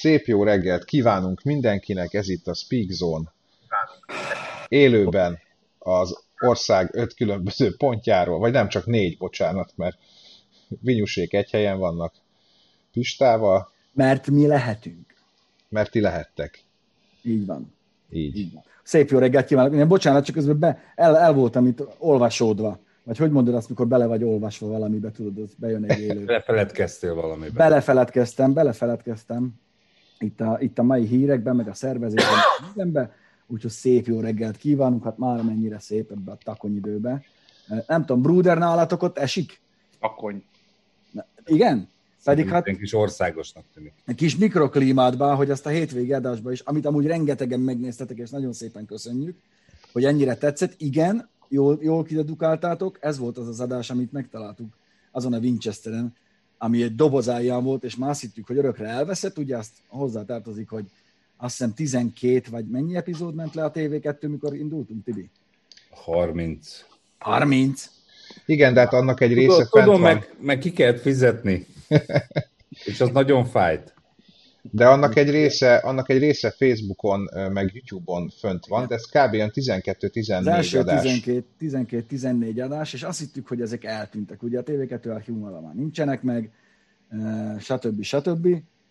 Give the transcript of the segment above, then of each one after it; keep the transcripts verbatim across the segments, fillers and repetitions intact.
Szép jó reggelt kívánunk mindenkinek, ez itt a Speak Zone. Élőben az ország öt különböző pontjáról, vagy nem csak négy, bocsánat, mert Vinyusék egy helyen vannak Pistával. Mert mi lehetünk. Mert ti lehettek. Így van. Így. Így van. Szép jó reggelt kívánok. Én, bocsánat, csak közben be, el, el voltam itt olvasódva. Vagy hogy mondod azt, mikor bele vagy olvasva valamibe, tudod, az bejön egy élő. Belefeledkeztél valamiben. Belefeledkeztem, belefeledkeztem. Itt a, itt a mai hírekben, meg a szervezésben, mindenben. Úgyhogy szép jó reggelt kívánunk, hát már mennyire szép ebbe a takonyidőbe. Nem tudom, Bruder, nálatok ott esik? Takony. Na, igen? Pedig hát egy kis országosnak tűnik. egy kis mikroklímátban, hogy azt a hétvégi adásban is, amit amúgy rengetegen megnéztetek, és nagyon szépen köszönjük, hogy ennyire tetszett. Igen, jól, jól kidedukáltátok, ez volt az az adás, amit megtaláltuk azon a Winchesteren, ami egy dobozáján volt, és már azt hittük, hogy örökre elveszett, ugye azt hozzátartozik, hogy azt hiszem tizenkét, vagy mennyi epizód ment le a té vé kettő, mikor indultunk, Tibi? harminc. harminc? Igen, de hát annak egy része Tudom, fent tudom van. meg, meg ki kellett fizetni. És az nagyon fájt. De annak egy része, annak egy része Facebookon, meg YouTube-on fönt van, de ez kb. Olyan tizenkettő Az tizennégy első adás. tizenkét tizennégy adás, és azt hittük, hogy ezek eltűntek. Ugye a té vé kettő archívumban már nincsenek meg, stb. stb.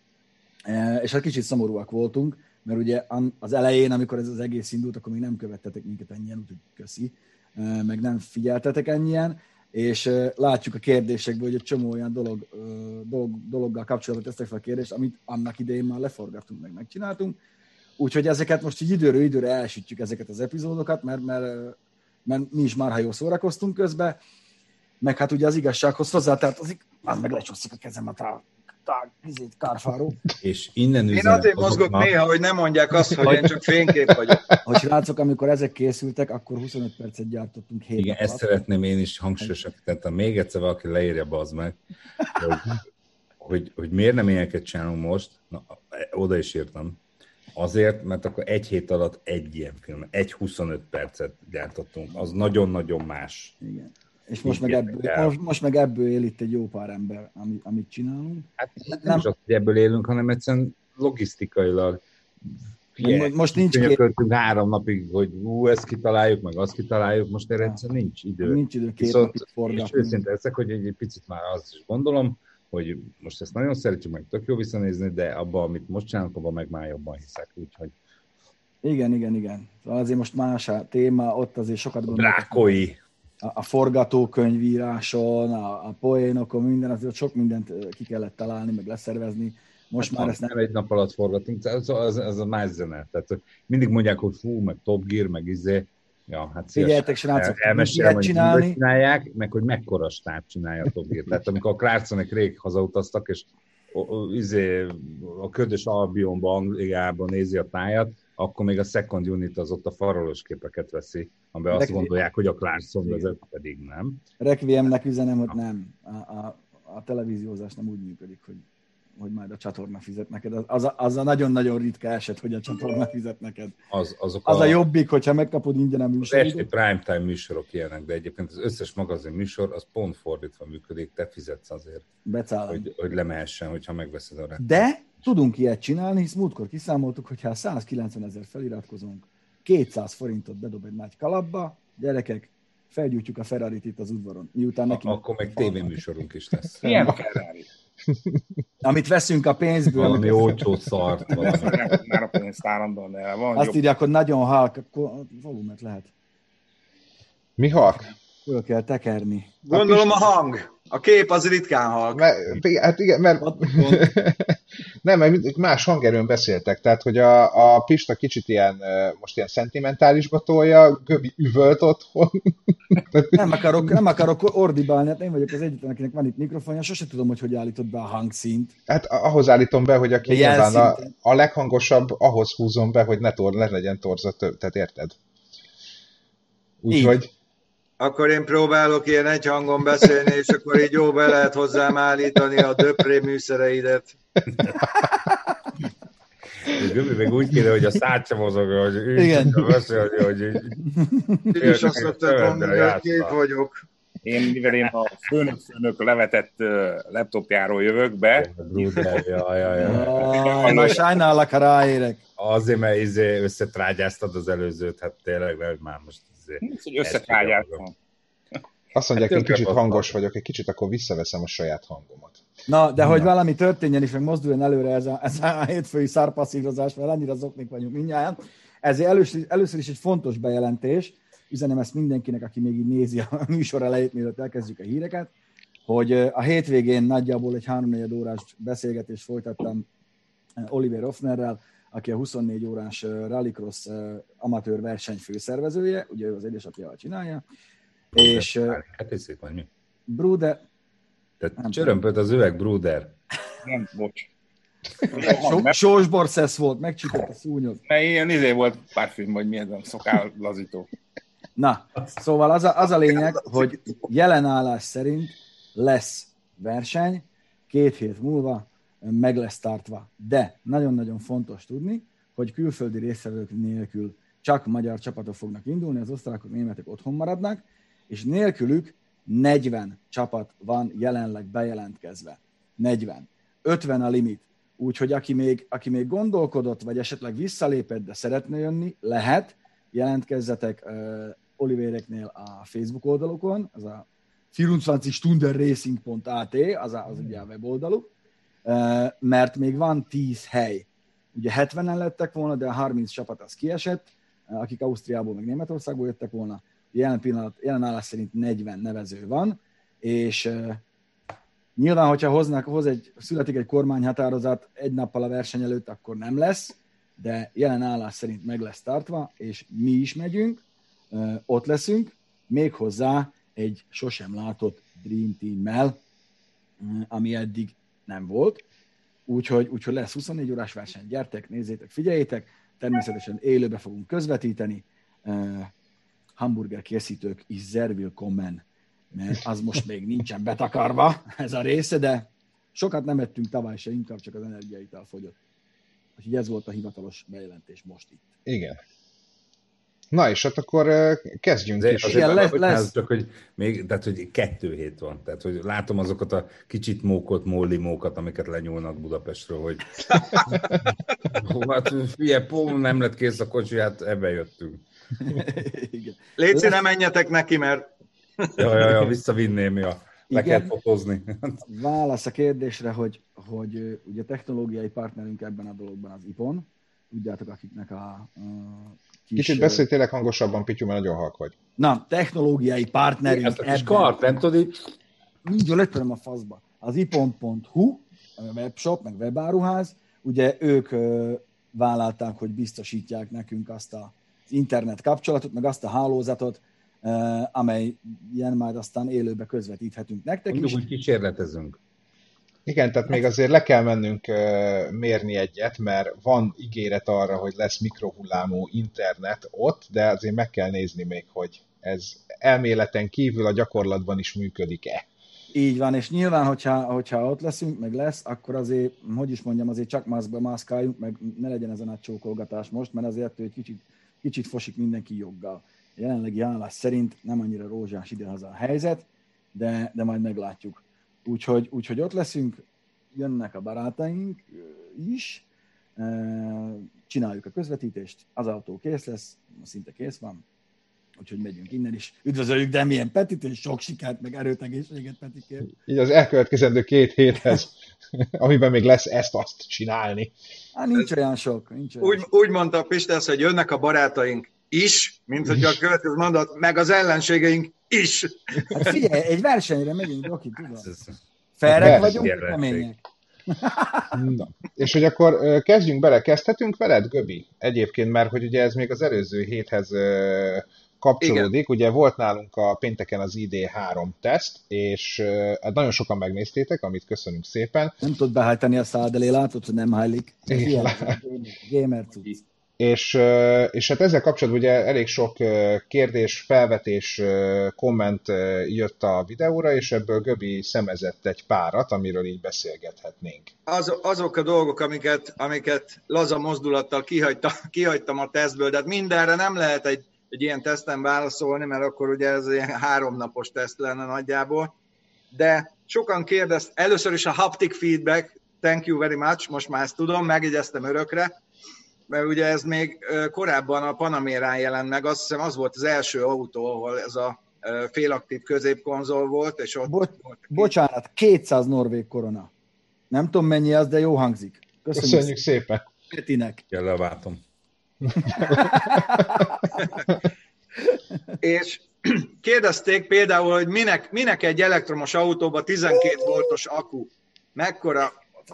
És hát kicsit szomorúak voltunk, mert ugye az elején, amikor ez az egész indult, akkor még nem követtetek minket ennyien, úgyhogy köszi, meg nem figyeltetek ennyien, és látjuk a kérdésekből, hogy egy csomó olyan dolog, dolog, dologgal kapcsolatban tesztek fel a kérdést, amit annak idején már leforgattunk, meg megcsináltunk. Úgyhogy ezeket most így időről időre elsütjük ezeket az epizódokat, mert, mert, mert mi is marha jól szórakoztunk közben, meg hát ugye az igazsághoz hozzátartozik, az meg lecsúszik a kezem a tá- tá- kárfáról. És innen Én azért mozgok néha, hogy nem mondják azt, hogy én csak fénykép vagyok. Hogy srácok, amikor ezek készültek, akkor huszonöt percet gyártottunk hét Igen, nap ezt alatt. szeretném én is hangsúlyosan tenni. Még egyszer valaki leírja, bazd meg, hogy, hogy, hogy miért nem ilyeneket csinálunk most. Na, oda is írtam. Azért, mert akkor egy hét alatt egy ilyen film, egy huszonöt percet gyártottunk. Az nagyon-nagyon más. Igen. És most meg, ebből, most, most meg ebből él itt egy jó pár ember, amit, amit csinálunk. Hát nem, nem is az, hogy ebből élünk, hanem egyszerűen logisztikailag. Figyelj, most nincs könyököltünk két... három napig, hogy ú, ezt kitaláljuk, meg azt kitaláljuk, most erre egyszerűen nincs idő. Nincs idő két Viszont, napig forgatni. És őszinte leszek, hogy egy picit már azt is gondolom, hogy most ezt nagyon szeretjük, meg tök jó visszanézni, de abban, amit most csinálunk, abban meg már jobban hiszek. Úgyhogy... Igen, igen, igen. Azért most más a téma, ott azért sokat gondolok. Drákói. A, a forgatókönyvíráson, a, a poénokon, minden, azért sok mindent ki kellett találni, meg leszervezni. Most hát már ezt nem... nem egy nap alatt forgatunk, ez, az, ez a más zene. Tehát mindig mondják, hogy fú, meg Top Gear, meg izé. Ja, hát figyeljetek, srácok, elmesélem, hogy csinálni. Csinálják, meg hogy mekkora stáb csinálja a Top Gear. Tehát amikor a Clarksonek rég hazautaztak, és izé, a ködös Albionban, Angliában nézi a tájat, akkor még a second unit az ott a farolós képeket veszi, amiben azt gondolják, hogy a Clarkson vezet, pedig nem. Requiemnek üzenem, hogy nem. A, a, a televíziózás nem úgy működik, hogy, hogy majd a csatorna fizet neked. Az, az, a, az a nagyon-nagyon ritka eset, hogy a csatorna fizet neked. Az, azok az a, a jobbik, hogyha megkapod ingyen a műsor. Az esti primetime műsorok ilyenek, de egyébként az összes magazin műsor az pont fordítva működik, te fizetsz azért, hogy, hogy lemehessen, hogyha megveszed a reklámot. De tudunk ilyet csinálni, hisz múltkor kiszámoltuk, hogyha százkilencven ezer feliratkozónk, kétszáz forintot bedob egy nagy kalapba, gyerekek, felgyújtjuk a Ferrarit itt az udvaron. Miután neki akkor meg tévéműsorunk is lesz. Milyen Ferrari? Amit veszünk a pénzből. Valami olcsó szart. Már a pénzt állandóan el van. Azt írják, hogy nagyon halk, akkor volumet lehet. Mi halk? Föl kell tekerni. Gondolom a hang. A kép az ritkán halk. Mert, hát igen, mert... Nem, mert más hangerőn beszéltek, tehát hogy a, a Pista kicsit ilyen, most ilyen szentimentálisba tolja, Göbi üvölt otthon. nem, akarok, nem akarok ordibálni, hát én vagyok az egyetlen, akinek van itt mikrofonja, sose tudom, hogy hogy állítod be a hangszínt. Hát ahhoz állítom be, hogy aki nyilván a, a leghangosabb, ahhoz húzom be, hogy ne, tor, ne legyen torza több, tehát érted? Úgyhogy... Akkor én próbálok ilyen egy hangon beszélni, és akkor így jó be lehet hozzám állítani a döpré műszereidet. Göbi meg úgy kéne, hogy a szád sem mozog, hogy ő igen. beszélni, hogy így... Én is azt szoktam mondani, hogy kép vagyok. Én, mivel én a főnök-főnök levetett laptopjáról jövök be. Bruder, jaj, jaj, jaj. Már sajnálok, ha ráérek. Azért, mert izé összetrágyáztad az előzőt, hát tényleg, hogy már most izé... Nincs, hogy összetrágyáztam. Azt mondják, hát, én kicsit hangos vagyok, egy kicsit akkor visszaveszem a saját hangomat. Na, de Na. hogy valami történjen is, meg mozduljon előre ez a, ez a hétfői szárpasszírozás, mert annyira zoknik vagyunk mindjárt. Ezért először, először is egy fontos bejelentés, üzenem ezt mindenkinek, aki még így nézi a műsor elejét, mielőtt elkezdjük a híreket, hogy a hétvégén nagyjából egy háromnegyed órás beszélgetést folytattam Oliver Offnerrel, aki a huszonnégy órás Rallycross amatőr verseny főszervezője, ugye ő az édesapjával csinálja, és... Hát hiszik, vagy mi? Bruder... Tehát csörömpölt az üveg, Bruder. Nem, bocs. Sósborszesz volt, megcsított a szúnyog. Ne, ilyen izé volt parfüm, vagy mi ez a szokállazító. Na, szóval az a, az a lényeg, hogy jelen állás szerint lesz verseny, két hét múlva meg lesz tartva. De nagyon-nagyon fontos tudni, hogy külföldi résztvevők nélkül csak magyar csapatok fognak indulni, az osztrákok, németek otthon maradnak, és nélkülük negyven csapat van jelenleg bejelentkezve. negyven. ötven a limit. Úgyhogy aki még, aki még gondolkodott, vagy esetleg visszalépett, de szeretne jönni, lehet, jelentkezzetek uh, Olivereknél a Facebook oldalukon, az a vierundzwanzig stunden racing pont a t, az, a, az ugye a weboldaluk, uh, mert még van tíz hely. Ugye hetvenen lettek volna, de a harminc csapat az kiesett, uh, akik Ausztriából, meg Németországból jöttek volna. Jelen pillanat, jelen állás szerint negyven nevező van, és uh, nyilván, hogyha hoznak, hoz egy, születik egy kormányhatározat egy nappal a verseny előtt, akkor nem lesz, de jelen állás szerint meg lesz tartva, és mi is megyünk, uh, ott leszünk, méghozzá egy sosem látott Dream Team-mel, uh, ami eddig nem volt. Úgyhogy, úgyhogy lesz huszonnégy órás verseny, gyertek, nézzétek, figyeljétek, természetesen élőbe fogunk közvetíteni, uh, hamburger készítők is sehr willkommen, mert az most még nincsen betakarva, ez a része, de sokat nem ettünk tavaly se, inkább csak az energiaital fogyott. Úgyhogy ez volt a hivatalos bejelentés most itt. Igen. Na és hát akkor kezdjünk azért, is. Azért igen, lesz, lesz. Csak, hogy még, tehát, hogy kettő hét van. Tehát, hogy látom azokat a kicsit mókot, mollimókat, amiket lenyúlnak Budapestről, hogy hát figyelj, pó, nem lett kész a kocsi, hát ebbe jöttünk. Léci, ne menjetek neki, mert... ja, ja, ja, visszavinném, ja. Le kell fotózni. Válasz a kérdésre, hogy, hogy ugye technológiai partnerünk ebben a dologban az ipon. Tudjátok, akiknek a, a kis... Kicsit beszélj tényleg hangosabban, Pityu, mert nagyon halk vagy. Na, technológiai partnerünk ebben. Ezt a kis kart, nem tudod így? Mindjárt lettem a faszba. Az ipon pont hu, a webshop, meg webáruház, ugye ők ö, vállalták, hogy biztosítják nekünk azt a internet kapcsolatot, meg azt a hálózatot, uh, amely ilyen majd aztán élőbe közvetíthetünk nektek Mondjuk, is. hogy kísérletezünk. Igen, tehát még azért le kell mennünk uh, mérni egyet, mert van ígéret arra, hogy lesz mikrohullámú internet ott, de azért meg kell nézni még, hogy ez elméleten kívül a gyakorlatban is működik-e. Így van, és nyilván, hogyha, hogyha ott leszünk, meg lesz, akkor azért, hogy is mondjam, azért csak maszkba mászkáljunk, meg ne legyen ez a nagy csókolgatás most, mert azért egy kicsit Kicsit fosik mindenki joggal. A jelenlegi állás szerint nem annyira rózsás idehaza a helyzet, de, de majd meglátjuk. Úgyhogy, úgyhogy ott leszünk, jönnek a barátaink is, csináljuk a közvetítést, az autó kész lesz, szinte kész van, úgyhogy megyünk innen is. Üdvözöljük Damien Petit, és sok sikert, meg erőt, egészséget Petikért. Így az elkövetkezendő két héthez, amiben még lesz ezt-azt csinálni. Hát nincs olyan sok. Nincs olyan úgy, sok. úgy mondta a Pistász, hogy jönnek a barátaink is, mint hogy a következő mondat, meg az ellenségeink is. Hát figyelj, egy versenyre megyünk, Roki, tudom. Felrek vagyunk, kemények. Na, és hogy akkor kezdjünk bele, kezdhetünk veled, Göbi? Egyébként, mert hogy ugye ez még az előző héthez kapcsolódik. Igen. Ugye volt nálunk a pénteken az I D három teszt, és hát nagyon sokan megnéztétek, amit köszönünk szépen. Nem tud behajtani a szád elé, látod, hogy nem hajlik. Gamer cucc. És, és hát ezzel kapcsolatban ugye elég sok kérdés, felvetés, komment jött a videóra, és ebből Göbi szemezett egy párat, amiről így beszélgethetnénk. Az, azok a dolgok, amiket, amiket laza mozdulattal kihagyta, kihagytam a tesztből, de hát mindenre nem lehet egy egy ilyen teszten válaszolni, mert akkor ugye ez ilyen háromnapos teszt lenne nagyjából. De sokan kérdezt, először is a haptic feedback, thank you very much, most már ezt tudom, megjegyeztem örökre, mert ugye ez még korábban a Panamérán jelent meg, azt hiszem az volt az első autó, ahol ez a félaktív középkonzol volt, és ott... Bo- bocsánat, kétszáz norvég korona. Nem tudom mennyi az, de jó hangzik. Köszönjük, Köszönjük szépen. Petinek. Kell leváltom. És kérdezték például, hogy minek, minek egy elektromos autóba tizenkét voltos akku. Mekkora,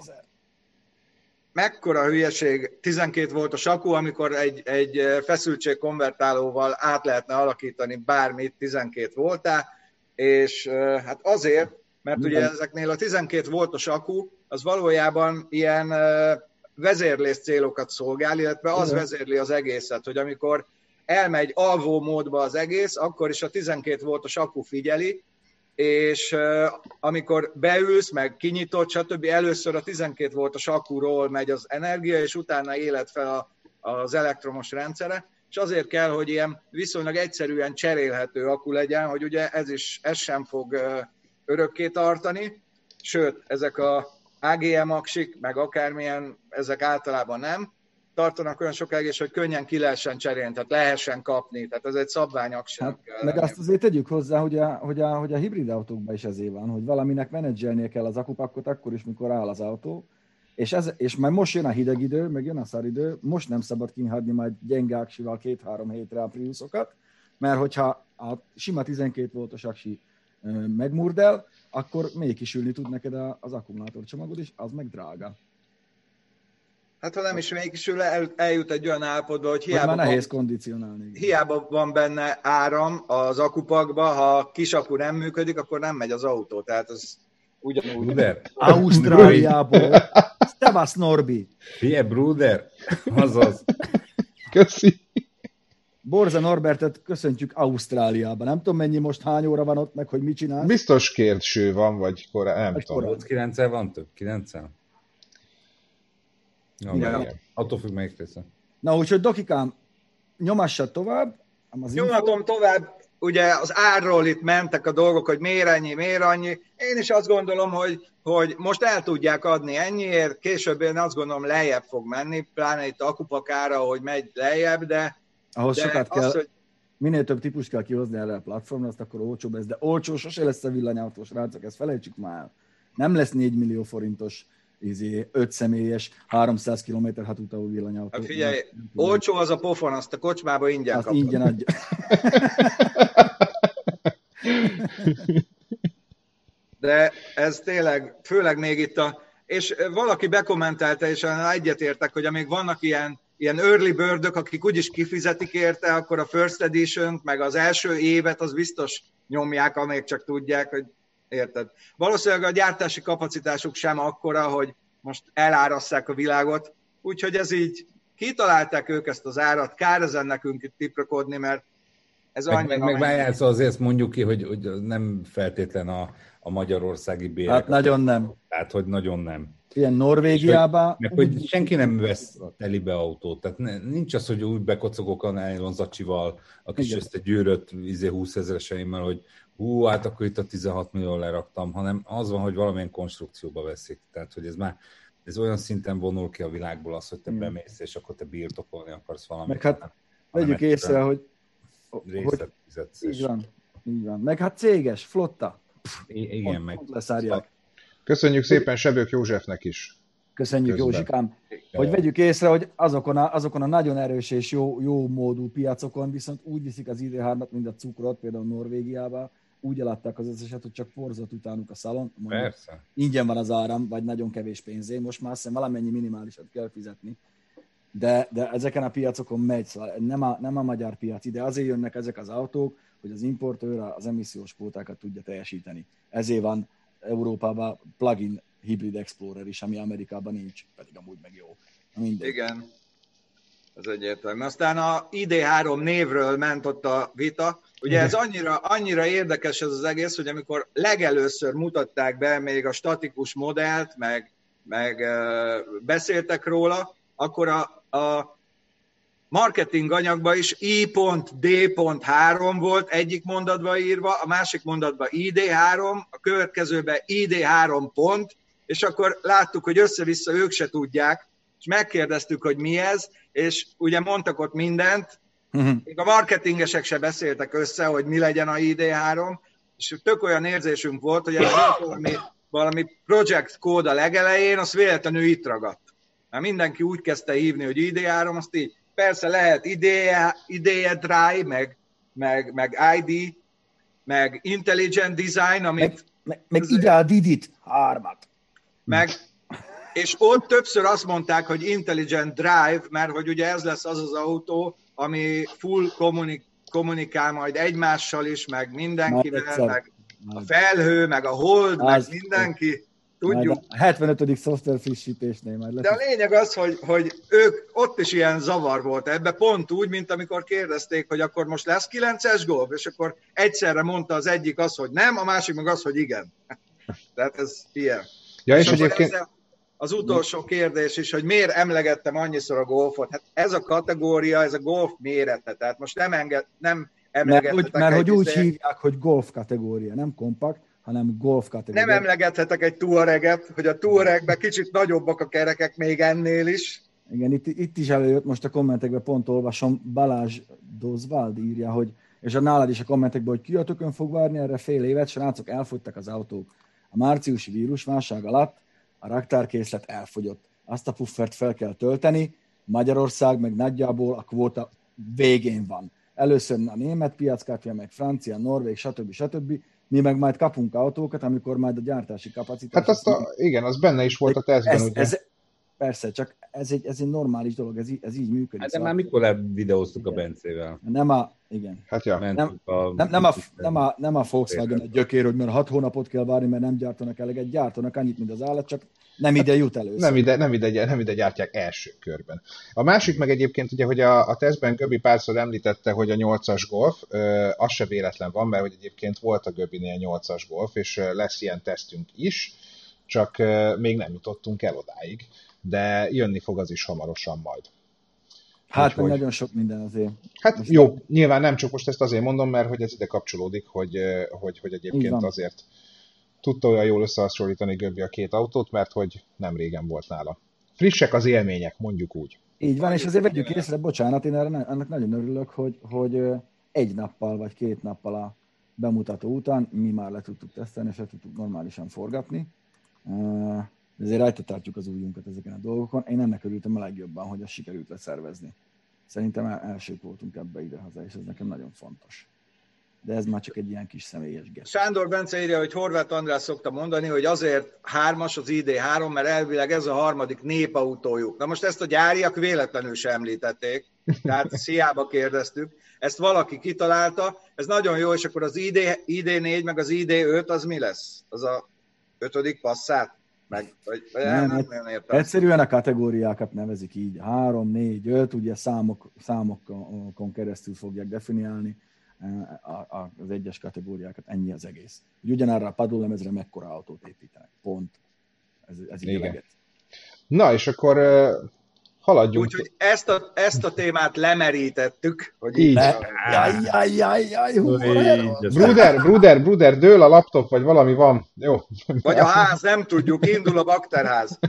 mekkora hülyeség tizenkét voltos akku, amikor egy, egy feszültségkonvertálóval át lehetne alakítani bármit tizenkét voltá, és hát azért, mert ugye ezeknél a tizenkét voltos akku, az valójában ilyen vezérlés célokat szolgál, illetve az vezérli az egészet, hogy amikor elmegy alvó módba az egész, akkor is a tizenkét voltos akku figyeli, és uh, amikor beülsz, meg kinyitott, stb. Először a tizenkét voltos akkuról megy az energia, és utána éled fel a, az elektromos rendszere, és azért kell, hogy ilyen viszonylag egyszerűen cserélhető akku legyen, hogy ugye ez is, ez sem fog uh, örökké tartani, sőt, ezek a á gé em aksik, meg akármilyen, ezek általában nem tartanak olyan sokáig, és hogy könnyen ki lehessen cserélni, tehát lehessen kapni, tehát ez egy szabványaks. Hát, meg azt azért tegyük hozzá, hogy a, hogy, a, hogy a hibrid autókban is ezért van, hogy valaminek menedzselnie kell az akupakkot akkor is, mikor áll az autó, és, ez, és már most jön a hideg idő, meg jön a szaridő, most nem szabad kihagyni majd gyenge aksival két-három hétre a Priusokat, mert hogyha a sima tizenkét voltos aksi megmurdel, akkor még kisülni tud neked az akkumulátorcsomagod, és az meg drága. Hát ha nem is mégis el, eljut egy olyan állapotba, hogy hiába, már nehéz kondicionálni. Hiába van benne áram az akupakba, ha kis akku nem működik, akkor nem megy az autó. Tehát ez ugyanúgy. Bruder. Ausztráliából. Szevasz, Norbi. Fie, Bruder. Azaz. Köszi. Borza Norbertet köszöntjük Ausztráliában. Nem tudom, mennyi most, hány óra van ott, meg hogy mit csinál. Biztos kérdső van, vagy korán, nem vagy tudom. nyolc kilenc van több? kilencen? No, ja. Attól függ, melyik része. Na, úgyhogy Dokikám, nyomassad tovább. Nyomatom tovább. Ugye az árról itt mentek a dolgok, hogy miért ennyi, miért annyi. Én is azt gondolom, hogy, hogy most el tudják adni ennyiért, később én azt gondolom lejjebb fog menni, pláne itt a akupakára, hogy megy lejjebb, de... Ahhoz de sokat az, kell, hogy... minél több típus kell kihozni erre a platformra, azt akkor olcsóbb lesz, de olcsó sose lesz a villanyautós, rácok, ezt felejtsük már. Nem lesz négy millió forintos öt személyes, háromszáz kilométer hatútávú villanyautó. Hát figyelj, olcsó az a pofon, azt a kocsmába ingyen azt kapod. ingyen adja. De ez tényleg, főleg még itt a... És valaki bekommentelte, és egyetértek, hogy amíg vannak ilyen, ilyen early birdök, akik úgyis kifizetik érte, akkor a first edition meg az első évet az biztos nyomják, amíg csak tudják, hogy érted. Valószínűleg a gyártási kapacitásuk sem akkora, hogy most elárasszák a világot, úgyhogy ez így kitalálták ők ezt az árat, kár ezen nekünk itt tiprakodni, mert ez meg, annyira... Meg, meg várjál, szóval azért ezt mondjuk ki, hogy, hogy nem feltétlen a, a magyarországi bérek. Hát nagyon nem. Tehát, hogy nagyon nem. Ilyen Norvégiában... Meg hogy senki nem vesz a telibe autót, tehát ne, nincs az, hogy úgy bekocogok a nylon zacsival, a kis ezt egy gyűrött izé, húszezreseimmel, hogy hú, hát akkor itt a tizenhat millió leraktam, hanem az van, hogy valamilyen konstrukcióba veszik. Tehát, hogy ez már ez olyan szinten vonul ki a világból az, hogy te hmm. bemész, és akkor te birtokolni akarsz valamit. Meg hát vegyük észre, hogy... Részlet fizetsz. Így van, így van. Meg hát céges, flotta. I- igen, pont, meg. Pont leszárják. Köszönjük szépen Sebők Józsefnek is. Köszönjük, közben. Józsikám. Hogy vegyük észre, hogy azokon a, azokon a nagyon erős és jó, jó módú piacokon viszont úgy viszik az i dé hármat, mint a cukrot, például Norvégiában, úgy eladták az összeset, hogy csak forzott utánuk a szalon. Mondjuk, persze. Ingyen van az áram, vagy nagyon kevés pénzé. Most már azt hiszem valamennyi minimálisat kell fizetni. De, de ezeken a piacokon megy, szóval nem a, nem a magyar piac ide. Azért jönnek ezek az autók, hogy az importőr az emissziós kvótákat tudja teljesíteni. Ezért van Európában plug-in hibrid Explorer is, ami Amerikában nincs, pedig amúgy meg jó. Mindegy. Igen, ez egyértelmű. Aztán a i dé három névről ment ott a vita. Ugye ez annyira, annyira érdekes ez az egész, hogy amikor legelőször mutatták be még a statikus modellt, meg, meg uh, beszéltek róla, akkor a, a marketing anyagban is I D három volt egyik mondatban írva, a másik mondatban I D három, a következőben I D három pont, és akkor láttuk, hogy össze-vissza ők se tudják, és megkérdeztük, hogy mi ez, és ugye mondtak ott mindent, uh-huh. még a marketingesek se beszéltek össze, hogy mi legyen a I D három, és tök olyan érzésünk volt, hogy ez valami, valami project kód a legelején, az véletlenül itt ragadt. Mert mindenki úgy kezdte hívni, hogy I D három, azt így, persze lehet ideje, ideje drive, meg, meg, meg I D, meg intelligent design, amit... Meg, meg, meg ide a Didit, hármat. Meg, és ott többször azt mondták, hogy intelligent drive, mert hogy ugye ez lesz az az autó, ami full kommunik, kommunikál majd egymással is, meg mindenkivel, meg a felhő, meg a hold, az, meg mindenki. Tudjuk. A hetvenötödik szoftver frissítésnél majd lesz. De a lényeg az, hogy, hogy ők, ott is ilyen zavar volt ebbe, pont úgy, mint amikor kérdezték, hogy akkor most lesz kilences Golf, és akkor egyszerre mondta az egyik az, hogy nem, a másik meg az, hogy igen. Tehát ez ilyen. Ja, és, és egyébként... az utolsó kérdés is, hogy miért emlegettem annyiszor a golfot. Hát ez a kategória, ez a golf mérete, tehát most nem, enged, nem emlegethetek. Mert, hogy, mert hogy úgy izé... hívják, hogy golf kategória, nem kompakt, hanem golf kategória. Nem emlegethetek egy Touareget, hogy a Touaregben kicsit nagyobbak a kerekek még ennél is. Igen, itt, itt is előjött, most a kommentekben pont olvasom, Balázs Dozvald írja, hogy, és a nálad is a kommentekben, hogy ki a tökön fog várni erre fél évet, srácok, elfogytak az autók. A márciusi vírusválság alatt a raktárkészlet elfogyott. Azt a puffert fel kell tölteni, Magyarország meg nagyjából a kvóta végén van. Először a német piac kapja, meg francia, norvég, stb. stb. Mi meg majd kapunk autókat, amikor majd a gyártási kapacitás... Hát azt a, igen, az benne is volt a tesztben, ez, ugye? Ez, persze, csak ez egy, ez egy normális dolog, ez, ez így működik. Hát de szóval már mikor levideóztuk a Bencével? Nem a... Igen. Hát ja. Nem a, nem, nem, a, nem, a, nem a Volkswagen egy gyökér, hogy mert hat hónapot kell várni, mert nem gyártanak eleget, gyártanak annyit, mint az állat, csak nem ide jut először. Nem ide, nem ide, nem ide gyártják első körben. A másik meg egyébként ugye, hogy a, a tesztben Göbi párszor említette, hogy a nyolcas Golf, ö, az se véletlen van, mert hogy egyébként volt a Göbinél nyolcas Golf, és ö, lesz ilyen tesztünk is, csak ö, még nem jutottunk el odáig, de jönni fog az is hamarosan majd. Hát hogy... nagyon sok minden azért. Hát most jó, nem... nyilván nem csak most ezt azért mondom, mert hogy ez ide kapcsolódik, hogy, hogy, hogy egyébként azért tudta olyan jól összehasonlítani Göbbi a két autót, mert hogy nem régen volt nála. Frissek az élmények, mondjuk úgy. Így van, és azért vegyük észre, bocsánat, én erre, annak nagyon örülök, hogy, hogy egy nappal vagy két nappal a bemutató után mi már le tudtuk tesztelni, és le tudtuk normálisan forgatni. De azért rajta tartjuk az ujjunkat ezeken a dolgokon. Én ennek örültem a legjobban, hogy azt sikerült leszervezni. Szerintem elsők voltunk ebbe idehaza, és ez nekem nagyon fontos. De ez már csak egy ilyen kis személyes gesztus. Sándor Bence írja, hogy Horváth András szokta mondani, hogy azért hármas az I D három, mert elvileg ez a harmadik népautójuk. Na most ezt a gyáriak véletlenül sem említették, tehát hiába kérdeztük. Ezt valaki kitalálta, ez nagyon jó, és akkor az I D négy meg az I D öt az mi lesz? Az a ötödik Passat? Meg, vagy, vagy nem, nem, nem értem. Egyszerűen a kategóriákat nevezik így. Három, négy, öt, ugye számok, számokon keresztül fogják definiálni az egyes kategóriákat. Ennyi az egész. Úgy ugyanarra a padlólemezre mekkora autót építenek. Pont. Ez, ez így eleget. Na, és akkor uh, haladjunk. Úgyhogy ezt a, ezt a témát lemerítettük. Hogy így. Le... Jaj, jaj, jaj, jaj, Bruder, Bruder, Bruder, dől a laptop, vagy valami van. Jó. Vagy a ház, nem tudjuk, indul a bakterház.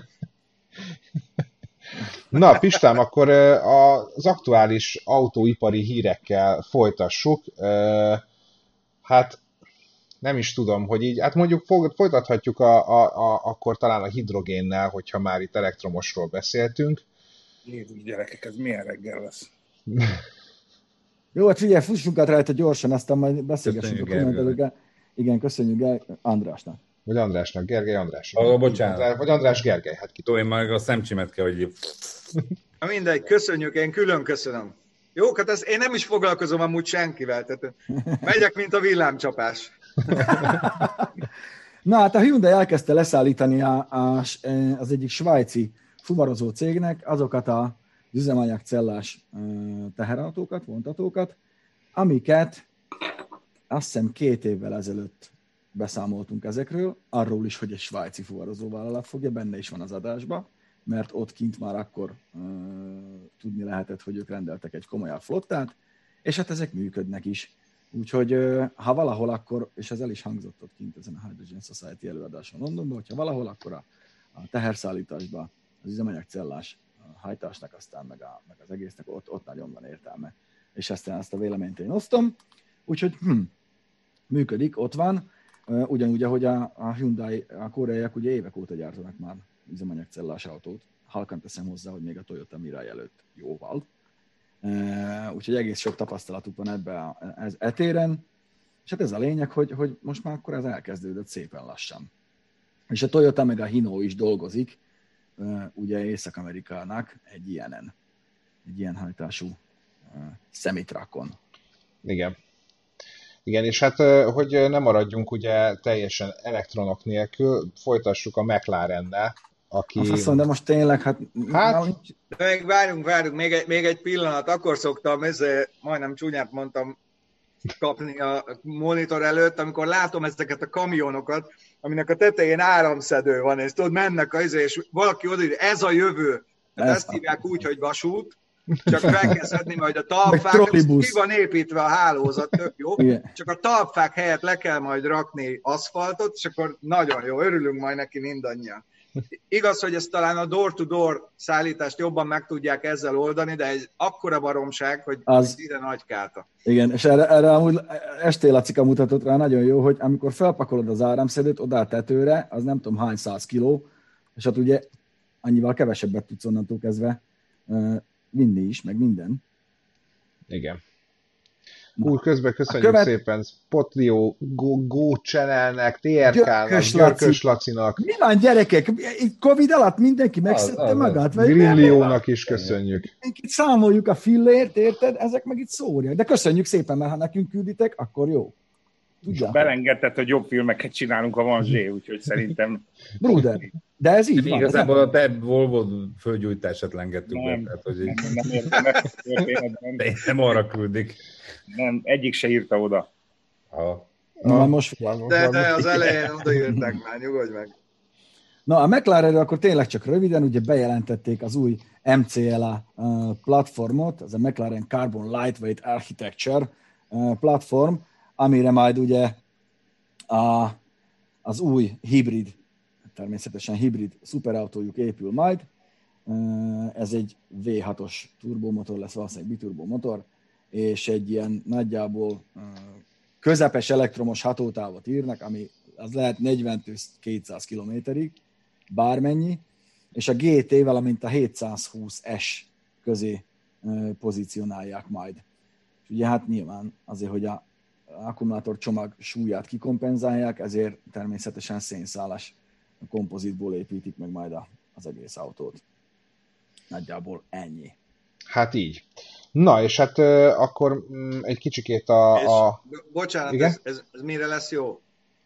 Na, Pistám, akkor az aktuális autóipari hírekkel folytassuk. Hát nem is tudom, hogy így, hát mondjuk folytathatjuk a, a, a, akkor talán a hidrogénnel, hogyha már itt elektromosról beszéltünk. Jézus gyerekek, ez milyen reggel lesz? Jó, hát figyelj, fussunk át rajta gyorsan, aztán majd beszélgessünk a kommentelőkkel. Igen, köszönjük el Andrásnak. Vagy Andrásnak, Gergely András. Oh, bocsánat. András, vagy András Gergely, hát ki tudom. Én meg a szemcsimet kell, hogy... Na mindegy, köszönjük, én külön köszönöm. Jó, hát ez, én nem is foglalkozom amúgy senkivel, tehát megyek, mint a villámcsapás. Na hát a Hyundai elkezdte leszállítani a, a, az egyik svájci fuvarozó cégnek azokat a üzemanyagcellás teherautókat, vontatókat, amiket azt hiszem két évvel ezelőtt beszámoltunk ezekről, arról is, hogy egy svájci fuvarozóvállalat fogja, benne is van az adásba, mert ott kint már akkor uh, tudni lehetett, hogy ők rendeltek egy komolyabb flottát, és hát ezek működnek is. Úgyhogy uh, ha valahol akkor, és ez el is hangzott ott kint ezen a Hydrogen Society előadáson Londonban, hogyha valahol akkor a, a teherszállításban az üzemanyagcellás hajtásnak, aztán meg, a, meg az egésznek ott, ott nagyon van értelme. És ezt, ezt a véleményt én osztom. Úgyhogy hm, működik, ott van. Uh, ugyanúgy, ahogy a, a Hyundai, a koreaiak ugye évek óta gyártanak már üzemanyagcellás autót. Halkan teszem hozzá, hogy még a Toyota Mirai előtt jóval. Uh, úgyhogy egész sok tapasztalatuk van ebbe a, ez, etéren. És hát ez a lényeg, hogy, hogy most már akkor ez elkezdődött szépen lassan. És a Toyota meg a Hino is dolgozik, uh, ugye Észak-Amerikának egy ilyenen, egy ilyen hajtású uh, semi-truckon. Igen. Igen, és hát, hogy ne maradjunk ugye teljesen elektronok nélkül, folytassuk a McLarennel, aki... Azt mondom, de most tényleg, hát... Hát... De még várjunk, várjunk, még egy, még egy pillanat, akkor szoktam, ezzel majdnem csúnyát mondtam, kapni a monitor előtt, amikor látom ezeket a kamionokat, aminek a tetején áramszedő van, és tudod, mennek az, és valaki oda, ez a jövő. Hát ezt, ezt hívják úgy, hogy vasút, csak fel kell szedni majd a talpfák, ki van építve a hálózat, tök jó, igen. Csak a talpfák helyett le kell majd rakni aszfaltot, és akkor nagyon jó, örülünk majd neki mindannyian. Igaz, hogy ezt talán a door-to-door szállítást jobban meg tudják ezzel oldani, de egy akkora baromság, hogy az... ide nagy káta. Igen, és erre, erre amúgy Estél Lacika mutatott rá nagyon jó, hogy amikor felpakolod az áramszedőt oda a tetőre, az nem tudom hány száz kiló, és hát ugye annyival kevesebbet tudsz onnantól kezdve vinni is, meg minden. Igen. Úr, közben köszönjük követ... szépen Spotlio, Go, Go Channelnek, té er ká-nak, Györkös Lacinak. Mi van, gyerekek? Covid alatt mindenki megszedte magát? Grilliónak is köszönjük. Itt számoljuk a fillért, érted? Ezek meg itt szórják. De köszönjük szépen, mert ha nekünk külditek, akkor jó. Tudják. Belengedted, hogy jobb filmeket csinálunk, ha van zsé, úgyhogy szerintem... Bruder, de ez így van. Igazából a te Volvo földgyújtását lengettük nem, be. Tehát, hogy nem, nem értem ezt történetben. Nem arra küldik. Nem, egyik se írta oda. Ha. Na, most de, de az elején odaírták már, nyugodj meg. Na, a McLarenről akkor tényleg csak röviden, ugye bejelentették az új em cé el á platformot, az a McLaren Carbon Lightweight Architecture platform, amire majd ugye a, az új hibrid, természetesen hibrid szuperautójuk épül majd. Ez egy vé hatos turbomotor lesz, valószínűleg biturbomotor, és egy ilyen nagyjából közepes elektromos hatótávot írnak, ami az lehet negyven-kétszáz kilométerig, bármennyi, és a gé té, valamint a hétszázhúsz es közé pozícionálják majd. És ugye hát nyilván azért, hogy a akkumulátor csomag súlyát kikompenzálják, ezért természetesen szénszálas kompozitból építik meg majd a, az egész autót. Nagyjából ennyi. Hát így. Na, és hát uh, akkor um, egy kicsikét a... a... Bocsánat, ez, ez, ez mire lesz jó?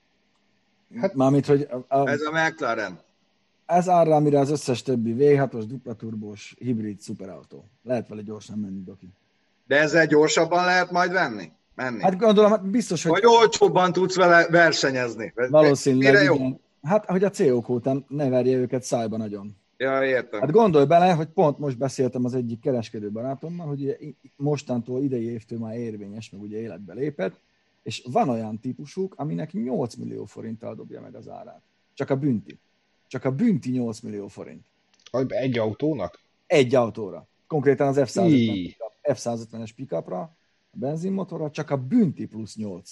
Hát mármint, hogy... A, a, ez a McLaren. Ez arra, amire az összes többi vé hatos, dupla turbós, hibrid szuperautó. Lehet vele gyorsan menni, Doki. De ezzel gyorsabban lehet majd venni? Menni. Hát gondolom, biztos, hogy... Vagy olcsóbban tudsz vele versenyezni. Valószínűleg, igen. Hát, hogy a cé o kó után ne verje őket szájba nagyon. Ja, értem. Hát gondolj bele, hogy pont most beszéltem az egyik kereskedő barátommal, hogy ugye mostantól idei évtől már érvényes, meg ugye életbe lépett, és van olyan típusuk, aminek nyolc millió forinttal dobja meg az árát. Csak a bünti. Csak a bünti nyolc millió forint. Egy autónak? Egy autóra. Konkrétan az ef száz ötvenes pick-upra, a benzinmotorra, csak a bünti plusz nyolc.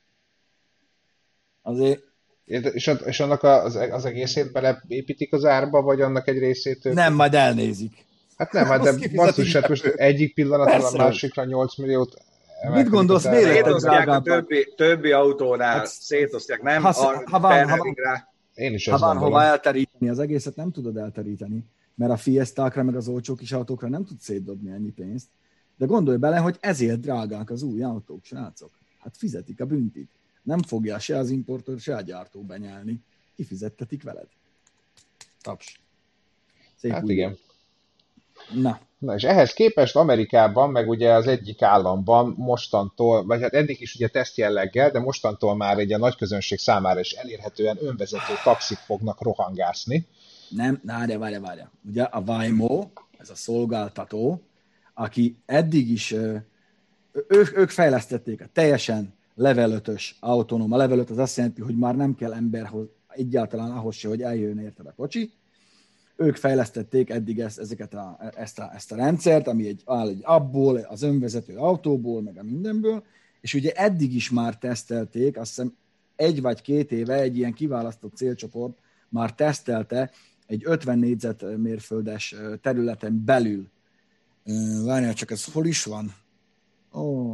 Azért... És, és annak az, az egészét beleépítik az árba, vagy annak egy részét... Nem, majd elnézik. Hát nem, hát de basszus, hát most egyik pillanatban a másikra nyolc milliót... Mit gondolsz, miért szétosztják a többi, többi autónál, hát, szétosztják, nem ha, ha van, ha van, rá. Én is ha van hova elteríteni, az egészet nem tudod elteríteni, mert a Fiestákra, meg az olcsó kis autókra nem tudsz szétdobni ennyi pénzt. De gondolj bele, hogy ezért drágák az új autók, srácok. Hát fizetik a büntit. Nem fogja se az importőr, se a gyártó benyelni. Kifizettetik veled. Taps. Szép hát igen. Na. Na, és ehhez képest Amerikában, meg ugye az egyik államban mostantól, vagy hát eddig is ugye teszt jelleggel, de mostantól már egy a nagy közönség számára is elérhetően önvezető taxik fognak rohangászni. Nem, várja, várja, várja. Ugye a Waymo, ez a szolgáltató, aki eddig is, ők, ők fejlesztették a teljesen level ötös autonóm. A level öt az azt jelenti, hogy már nem kell emberhoz, egyáltalán ahhoz se, hogy eljön érted a kocsi. Ők fejlesztették eddig ezt, ezeket a, ezt, a, ezt a rendszert, ami egy, áll egy appból, az önvezető autóból, meg a mindenből, és ugye eddig is már tesztelték, azt hiszem egy vagy két éve egy ilyen kiválasztott célcsoport már tesztelte egy ötven négyzetmérföldes területen belül. Várjál csak, ez hol is van? Ó,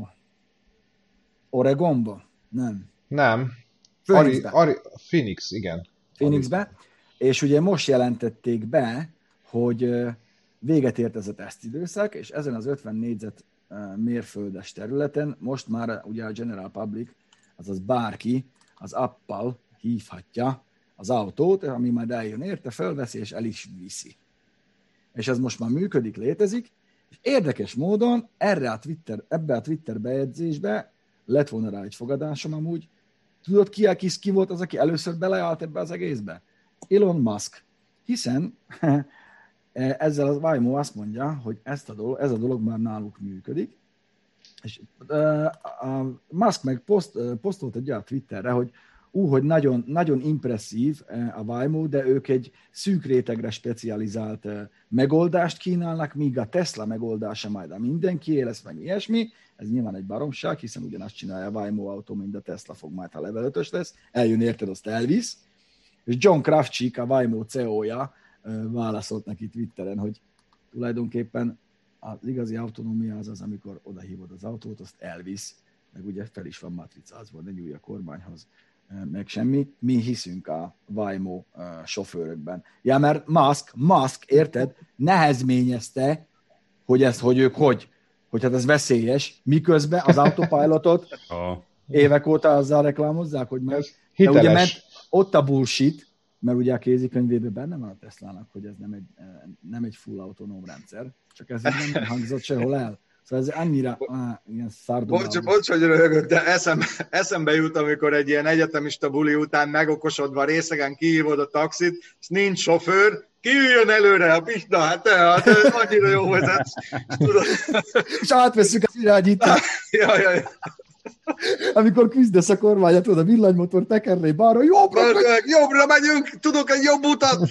Oregonba? Nem. Nem. Phoenixbe. Ari, Ari, Phoenix, igen. Phoenixbe. És ugye most jelentették be, hogy véget ért ez a tesztidőszak, és ezen az ötven négyzetmérföldes területen most már ugye a General Public, azaz bárki az appal hívhatja az autót, ami majd eljön érte, fölveszi és el is viszi. És ez most már működik, létezik, és érdekes módon erre a Twitter, ebbe a Twitter bejegyzésbe lett volna rá egy fogadásom amúgy. Tudod ki, aki ki volt az, aki először beleállt ebbe az egészbe? Elon Musk. Hiszen ezzel az Waymo azt mondja, hogy ezt a dolog, ez a dolog már náluk működik, és a Musk meg poszt, posztolt egy olyan Twitterre, hogy ú, hogy nagyon, nagyon impresszív a Waymo, de ők egy szűk rétegre specializált megoldást kínálnak, míg a Tesla megoldása majd a mindenkié lesz, meg ilyesmi. Ez nyilván egy baromság, hiszen ugyanazt csinálja a Waymo autó, mint a Tesla fog majd, ha level ötös lesz. Eljön érted, azt elvisz. És John Kravchik, a Waymo cé e o-ja válaszolt neki Twitteren, hogy tulajdonképpen az igazi autonómia az az, amikor odahívod az autót, azt elvisz, meg ugye fel is van matricázva, ne nyúlj a kormányhoz, meg semmi. Mi hiszünk a Waymo uh, sofőrökben. Ja, mert Musk, Musk, érted, nehezményezte, hogy ez, hogy ők hogy, hogy hát ez veszélyes, miközben az autopilotot évek óta azzal reklámozzák, hogy meg, hiteles. Ugye ment, ott a bullshit, mert ugye a kézikönyvében benne van a Teslának, hogy ez nem egy, nem egy full autonóm rendszer, csak ez nem hangzott sehol el. Szóval ez annyira á, ilyen szárdobáló. Bocs, bocs, hogy röhögök, de eszembe, eszembe jut, amikor egy ilyen egyetemista buli után megokosodva részegen kihívod a taxit, és nincs sofőr, ki üljön előre a pista, hát te, hát te annyira jó vezetsz. És átveszünk az irányítást. Ja, ja, ja. Amikor küzdesz a kormányat, tudod, a villanymotor tekerné balra, jobbra, Megyünk, jobbra megyünk, tudok egy jobb utat.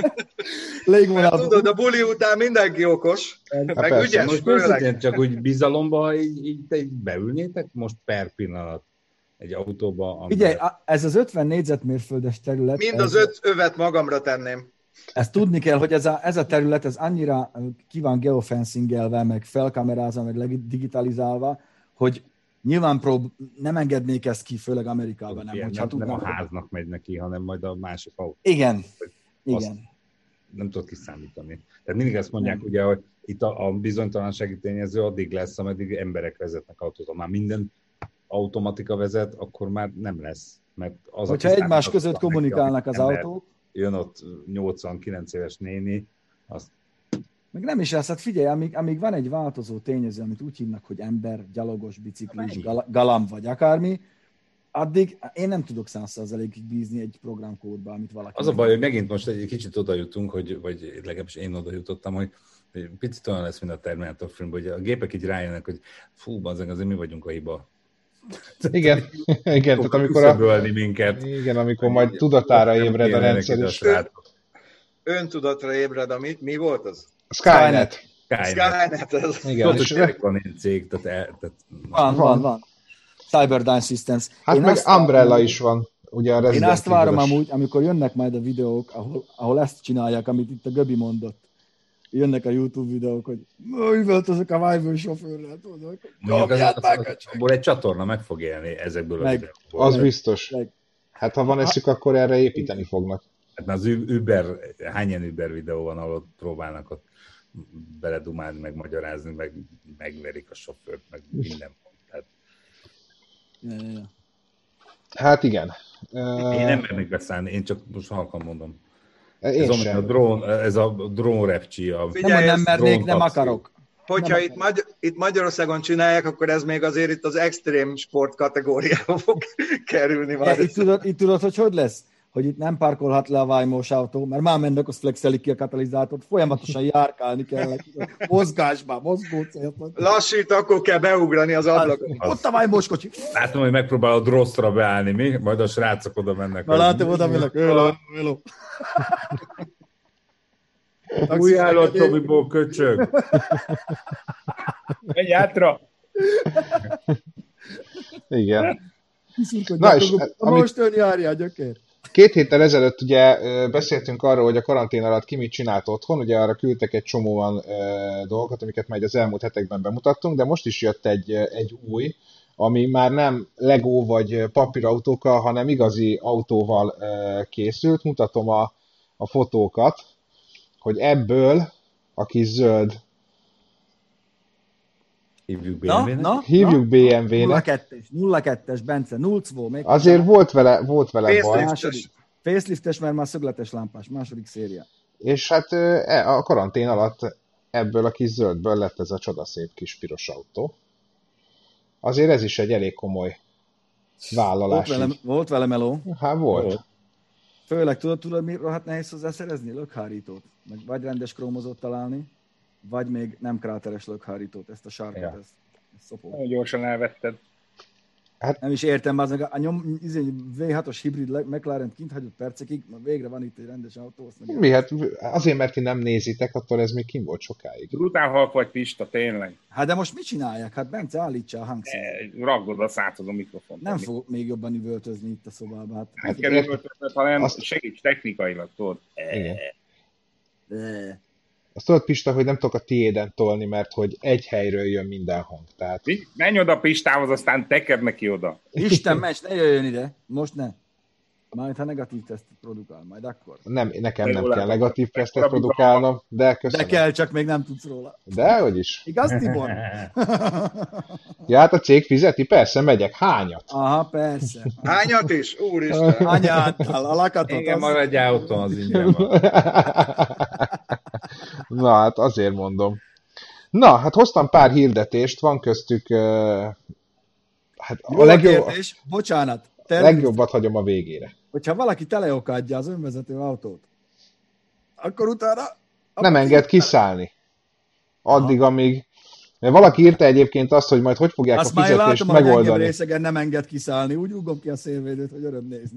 Mert tudod, a buli után mindenki okos, hát meg persze. ügyes. Most főleg csak úgy bizalomba így, így, így beülnétek most per pillanat egy autóba. Amivel... Figyelj, ez az ötven négyzetmérföldes terület. Mind ez, az öt övet magamra tenném. Ezt tudni kell, hogy ez a, ez a terület ez annyira ki van geofencingelve, meg felkamerázva, meg digitalizálva, hogy nyilván prób- nem engednék ezt ki, főleg Amerikában nem. Ilyen, Hogyha nem, nem tudnám, a háznak megy neki, hanem majd a másik autó. Igen, Azt igen. Nem tudod kiszámítani. Tehát mindig azt mondják, Nem. ugye, hogy itt a, a bizonytalansági tényező addig lesz, ameddig emberek vezetnek autót. Ha már minden automatika vezet, akkor már nem lesz. Mert az, Hogyha aki egymás számít, között az kommunikálnak az ember, autók, jön ott nyolcvankilenc éves néni, azt meg nem is lesz, hát figyelj, amíg, amíg van egy változó tényező, amit úgy hívnak, hogy ember, gyalogos, biciklis, gal- galamb vagy akármi, addig én nem tudok száz százalékig bízni egy programkódba, amit valaki... az a baj, hogy megint most egy kicsit oda jutunk, hogy, vagy legalábbis én oda jutottam, hogy picit olyan lesz, mint a Terminator filmben, hogy a gépek így rájönnek, hogy fú, bazzeg, azért mi vagyunk a hiba. Igen, igen, tehát amikor, a, minket. igen, amikor majd tudatára ébred a rendszer is. Öntudatra ébred, a mi, mi volt az? Skynet. Skynet. Skynet, ez. Igen, Tudod, és hogy van egy cég, tehát... El, tehát... Van, van, van. Cyberdyne Systems. Hát én meg azt Umbrella várom, is van, ugye a Én Resident azt várom Evil-es. amúgy, amikor jönnek majd a videók, ahol, ahol ezt csinálják, amit itt a Göbi mondott. Jönnek a YouTube videók, hogy üvöltözök a Waymo sofőrrel, tudod. Mondjuk az, az, az, abból egy csatorna meg fog élni ezekből Meg. a videókból. Az biztos. Meg. Hát ha van eszük, akkor erre építeni fognak. Hát már az Uber, hány ilyen Uber videó van, ahol ott próbálnak ott beledumálni, meg magyarázni, meg megverik a sofőrt, meg minden. Tehát... Ja, ja, ja. Hát igen. Én nem mernék beszállni, én csak most halkan mondom. Én ez, sem. a drón, ez a drón repcsi. A Figyelj, Nem, hogy nem ez mernék, drón nem taxi. akarok. Hogyha Nem itt, Magy- itt Magyarországon csinálják, akkor ez még azért itt az extrém sport kategóriába fog kerülni. De Majd. itt, tudod, itt tudod, hogy hogy lesz? hogy itt nem parkolhat le a vájmós autó, mert már mennek, az flexelik ki a katalizátort, folyamatosan járkálni kell, mozgásban, mozgó célpont. Lassít, akkor kell beugrani az ablakon. Ott a vájmós kocsi. Látom, hogy megpróbálod rosszra beállni, mi? Majd a srácok oda mennek. Na látom, oda mennek. Hello, hello. Új állott Tobiból köcsög. Menj hátra! Igen. Na és, a most ön járja a gyökér. Két héttel ezelőtt ugye beszéltünk arról, hogy a karantén alatt ki mit csinált otthon, ugye arra küldtek egy csomóan e, dolgokat, amiket majd az elmúlt hetekben bemutattunk, de most is jött egy, egy új, ami már nem Lego vagy papírautókkal, hanem igazi autóval e, készült. Mutatom a, a fotókat, hogy ebből a kis zöld Hívjuk bé em vé-nek? Na, na, Hívjuk bé em vé-nek. nulla kettes, nulla kettes, Bence, nullcvó. Még Azért volt vele, volt vele baj. Második, faceliftes, mert már szögletes lámpás, második széria. És hát a karantén alatt ebből a kis zöldből lett ez a csodaszép kis piros autó. Azért ez is egy elég komoly vállalás. Volt vele, volt vele meló. Hát volt. volt. Főleg tudod, tudod, mi rohadt nehéz hozzá szerezni? Lökhárítót. Meg vagy rendes krómozót találni, vagy még nem kráteres lökhárítót, ezt a sárkát, ja. ezt, ezt szopó. Nagyon gyorsan elvetted. Hát, nem is értem, az a nyom, vé hatos hibrid McLaren kint hagyott percekig, végre van itt egy rendes autó. Mi, hát azért, mert ti nem nézitek, attól ez még kim volt sokáig. Brutál halk vagy, Pista, tényleg. Hát de most mit csinálják? Hát Bence állítsa a hangszert. Ragd a szátod a mikrofont. Nem fogok még jobban üvöltözni itt a szobában. Hát, hát kell üvöltöznöd, hanem azt... segíts technikailag, tudod. Igen. Azt tudod, Pista, hogy nem tudok a tiéden tolni, mert hogy egy helyről jön minden hang. Tehát... Mi? Menj oda Pistához, aztán tekerd neki oda. Isten, ments, ne jöjjön ide. Most ne. Majd, ha negatív tesztet produkál, majd akkor. Nem, nekem nem kell negatív tesztet produkálnom, de köszönöm. De kell, csak még nem tudsz róla. De, hogy is. Igaz, Tibor? Ja, hát a cég fizeti? Persze, megyek. Hányat? Aha, persze. Hányat is? Úristen. Anyáttal, a lakatot. Igen, az... maradjál otthon az ingyen van. Na, hát azért mondom. Na, hát hoztam pár hirdetést, van köztük... Uh, hát Jó a legjobb... kérdés, bocsánat. A legjobbat hagyom a végére. Hogyha valaki teleokádja az önvezető autót, akkor utána... Nem enged kiszállni. Addig, aha. amíg... Mert valaki írta egyébként azt, hogy majd hogy fogják azt a fizetést látom, megoldani. Azt már látom, hogy részegen nem enged kiszállni. Úgy rúgom ki a szélvédőt, hogy öröm nézni.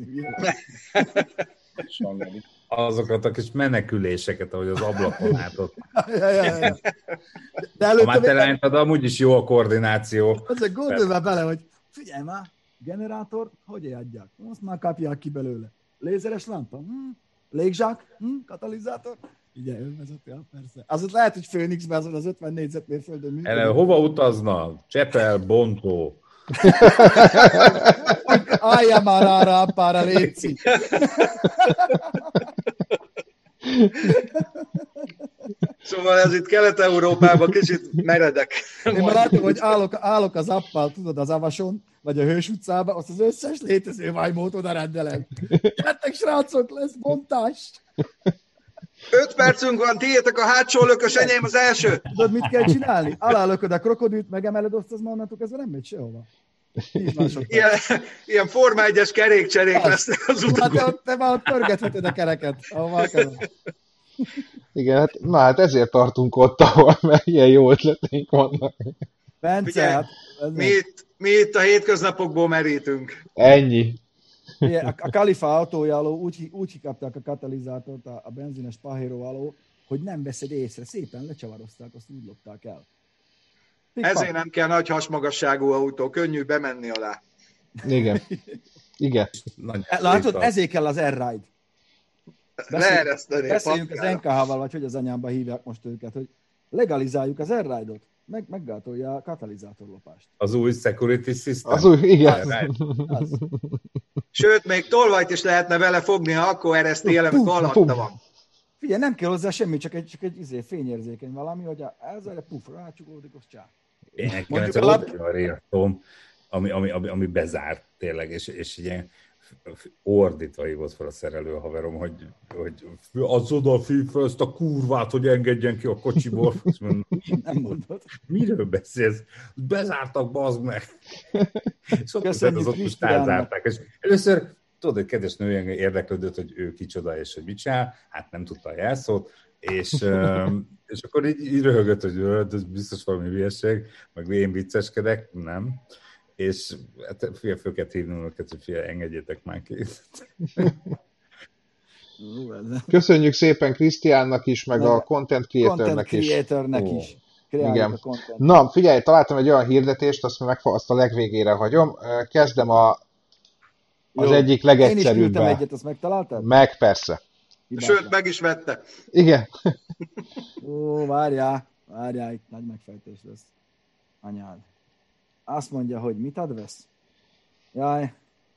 Azokat a kis meneküléseket, ahogy az ablakon látott. ja, ja, ja. De előtte... Ha már te lánytad, amúgy is jó a koordináció. Azért gondolj már bele, hogy figyelj már, generátor, hogy adják? Azt már kapják ki belőle. Lézeres lámpa? Hm? Légzsák? Hm? Katalizátor? Igen, önvezető, persze. Azért lehet, hogy Phoenixben azon az ötven négyzetmérföldön működik. Ele, hova utaznak? Csepel, Bontó. Álljál már rá rámpára, léci. Szóval ez itt Kelet-Európában kicsit meredek. Én már látom, hogy állok, állok az appal, tudod, az Avason, vagy a Hős utcában, azt az összes létező vájmót oda rendelem. Gyertek, srácok, lesz bontás! Öt percünk van, tiétek a hátsó lökös, enyém az első. Tudod, mit kell csinálni? Alálököd a krokodilt, megemeled azt, az ma onnantól kezdve nem megy sehova. Ilyen, ilyen Forma egyes kerékcserék lesznek az utakon. Hát te, te már ott pörgetheted a kereket, ahol akarod. Igen, hát, na hát ezért tartunk ott, ahol mert ilyen jó ötleteink vannak. Bence, Figyelj, hát... Mi itt, mi itt a hétköznapokból merítünk. Ennyi. A, a Kalifa autója alól úgy, úgy kikapták a katalizátort, a, a benzines Pajero alól, hogy nem veszed észre. Szépen lecsavarozták, azt úgy lopták el. Pikpak. Ezért nem kell nagy hasmagasságú autó, könnyű bemenni alá. Igen. Igen. Látod, ezért kell az R-Ride. Leereszteni. Beszéljünk az en ká há-val, vagy hogy az anyámba hívják most őket, hogy legalizáljuk az R-Ride-ot. Meg, meggátolja a katalizátorlopást. Az új security system? Az új, igen. Az. Sőt, még tolvajt is lehetne vele fogni, ha akkor ereszti el, amikor alatta van. Figyelj, nem kell hozzá semmi, csak egy, csak egy izé, fényérzékeny valami, hogy ez a puf, rácsugódik, az csá. Én nekem ez a rétom, ami, ami, ami, ami bezárt tényleg, és, és ilyen ordítva hívott fel a szerelő haverom, hogy, hogy az oda fel ezt a kurvát, hogy engedjen ki a kocsiból. Nem mondod. Miről beszélsz? Bezártak, bazd meg. És ott az ott is tázárták. És először tudod, hogy kedves nő érdeklődött, hogy ő kicsoda és hogy mit csinál, hát nem tudta a jelszót, és, és akkor így, így röhögött, hogy ez biztos valami hülyeség, meg én vicceskedek, nem. És hát fia, föl kell hívnunk őket, hogy fia, engedjétek már ki. Köszönjük szépen Krisztiánnak is, meg, meg a content creatornek is. Content creatornek is. Igen. Na, figyelj, találtam egy olyan hirdetést, azt, meg, azt a legvégére hagyom. Kezdem a, az Jó. egyik legegyszerűbb. Én is küldtem egyet, azt megtaláltad? Meg, persze. Hibáta. Sőt, meg is vette. Igen. Ó, várjál, várjál, itt nagy megfejtés lesz. Anyád. Azt mondja, hogy mit ad vesz? Jaj.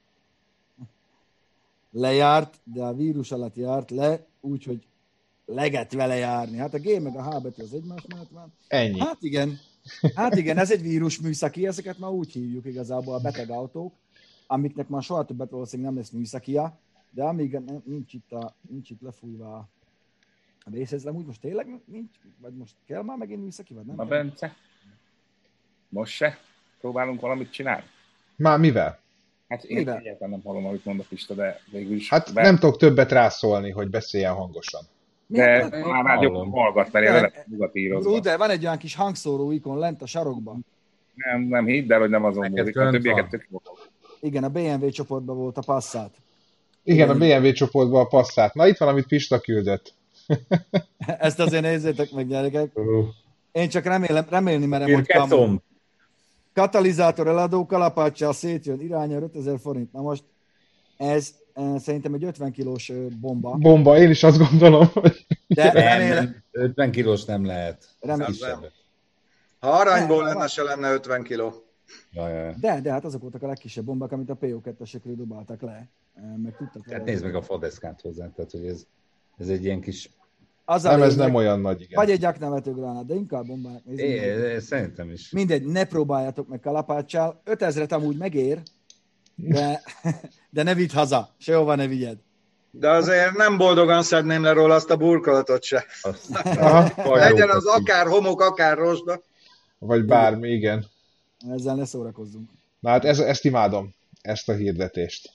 Lejárt, de a vírus alatt járt le, úgyhogy leget vele járni. Hát a G meg a H betű az egymás mellett van. Ennyi. Hát igen. Hát igen, ez egy vírus műszaki, ezeket már úgy hívjuk igazából a beteg autók, amiknek már soha többet valószínűleg nem lesz műszakia, de amíg nincs itt, a, nincs itt lefújva a részhez, nem úgy most tényleg nincs, vagy most kell már megint műszaki, vagy nem? Na Bence, most se próbálunk valamit csinálni? Már mivel? Hát én mivel? Egyáltalán nem hallom, amit mond a Pista, de végül is... Hát be... nem tudok többet rászólni, hogy beszéljen hangosan. De már már jobb hallgat, mert én le nyugat írozva. De van egy olyan kis hangszóró ikon lent a sarokban. Nem, nem hidd el, hogy nem azon múlik, a többieket tök jó. Igen, a bé em vé csoportban volt a Passat. Igen, Igen, a bé em vé csoportban a Passat. Na, itt van, amit Pista küldött. Ezt azért nézzétek meg, gyerekek. Én csak remélem, remélni merem, hogy kam. Katalizátor eladó, kalapáccsal szétjön, irányára ötezer forint. Na most ez eh, szerintem egy ötven kilós bomba. Bomba, én is azt gondolom, hogy... De remélem... ötven kilós nem lehet. Remélem. Ha aranyból lenne, se lenne ötven kiló. Ja, ja. De, de hát azok voltak a legkisebb bombák, amit a pé o kettősekről dobáltak le. Meg tudtak tehát nézd meg a fadeszkát hozzá, tehát hogy ez, ez egy ilyen kis... Az nem, ez nem olyan nagy, igen. Vagy egy gyaknevető gránát, de inkább bombának nézni. É, szerintem is. Mindegy, ne próbáljátok meg kalapáccsal. ötezret amúgy megér, de, de ne vidd haza, sehova ne vigyed. De azért nem boldogan szedném le róla azt a burkolatot se. Legyen az akár homok, akár rozsda. Vagy bármi, igen. Ezzel ne szórakozzunk. Na hát ez, ezt imádom, ezt a hirdetést.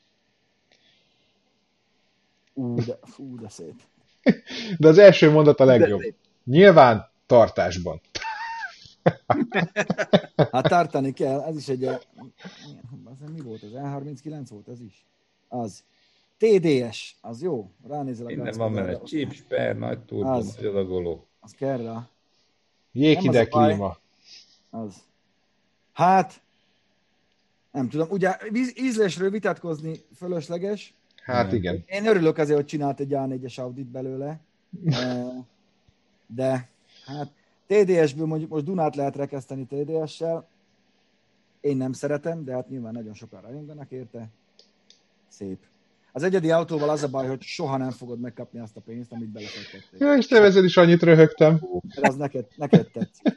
Ú, de, fú, de szép. De az első mondat a legjobb. Nyilván tartásban. Hát tartani kell, ez is egy... Mi volt az? el harminckilenc volt ez is? Az. té dé es, az jó. Ránézel a minden van benne, chip, sper, nagy turbo, nagy adagoló. Az kell rá. Jéghideg klíma. Az. Hát, nem tudom, ugye ízlésről vitatkozni fölösleges. Hát igen. Én örülök azért, hogy csinált egy á négyes Audit belőle, de hát té dé esből mondjuk most Dunát lehet rekeszteni té dé essel. Én nem szeretem, de hát nyilván nagyon sokan rajonganak érte. Szép. Az egyedi autóval az a baj, hogy soha nem fogod megkapni azt a pénzt, amit belefektettél. Ja, és te ezzel is annyit röhögtem. De az neked, neked tetszik.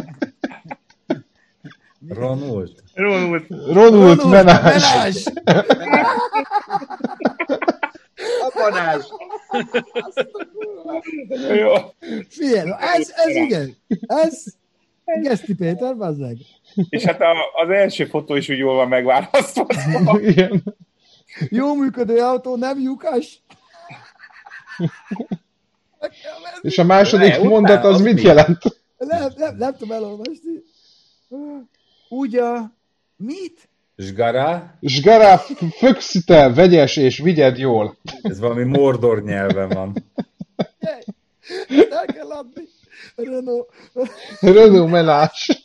Ronult. Ronult. Ronult menás. Apanás. Jó. Figyelj, ez, ez igen. Ez Geszti Péter, bazzeg. És hát a, az első fotó is úgy jól van megválasztva. Igen. Jó működő autó, nem lyukas. És a második Le, mondat az, az mit mi? jelent? Nem, nem, nem tudom elolvasni. Úgy a... Mit? Zsgara? Zsgara, fökszite, vegyes és vigyed jól. Ez valami Mordor nyelven van. El kell adni. Renault. Renault menás.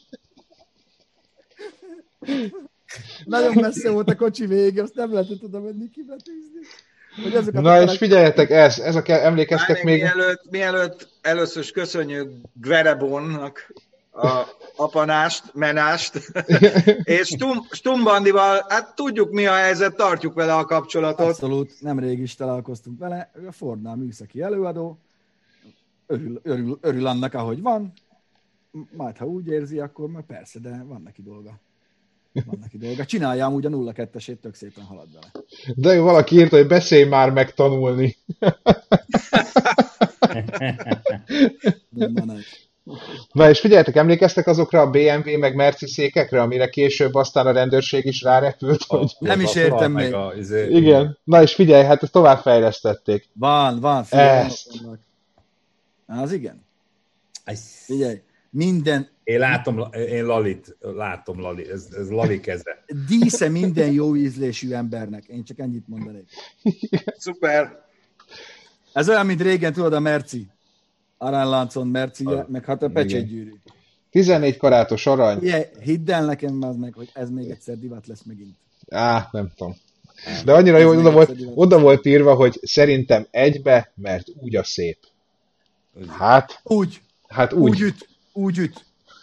Nagyon messze volt a kocsi vége, azt nem lehetett oda menni kibetűzni. Na és figyeljetek, ez, ez a ke- emlékeztek még... Mielőtt, mielőtt először is köszönjük Gverebonnak a apanást, menást, és Stum, Stumbandival, hát tudjuk mi a helyzet, tartjuk vele a kapcsolatot. Abszolút, nemrég is találkoztunk vele, ő a Fordnál műszaki előadó, örül, örül, örül annak, ahogy van, majd ha úgy érzi, akkor már persze, de van neki dolga. Van neki dolga. Csinálja amúgy a nulla kettesét, tök szépen halad vele. De jó, valaki írta, hogy beszélj már meg tanulni. Na és figyeljetek, emlékeztek azokra a bé em vé meg Merci székekre, amire később aztán a rendőrség is rárepült, hogy... Nem is értem még. A, izé, Igen. Na és figyelj, hát ezt tovább fejlesztették. Van, van, figyelj. Ezt. Az igen. Figyelj, minden... Én látom, én Lalit, látom Lali, ez, ez Lali keze. Dísze minden jó ízlésű embernek. Én csak ennyit mondanék. Szuper. Ez olyan, mint régen, tudod, a Merci. Aranyláncon Mercije, meg hát a pecsétgyűrű. tizennégy karátos arany. Ugye, hidd el nekem az meg, hogy ez még egyszer divat lesz megint. Á, nem tudom. De annyira jó, hogy oda volt, oda volt írva, hogy szerintem egybe, mert úgy a szép. Hát, Úgy. Hát úgy. Úgy üt. Úgy üt.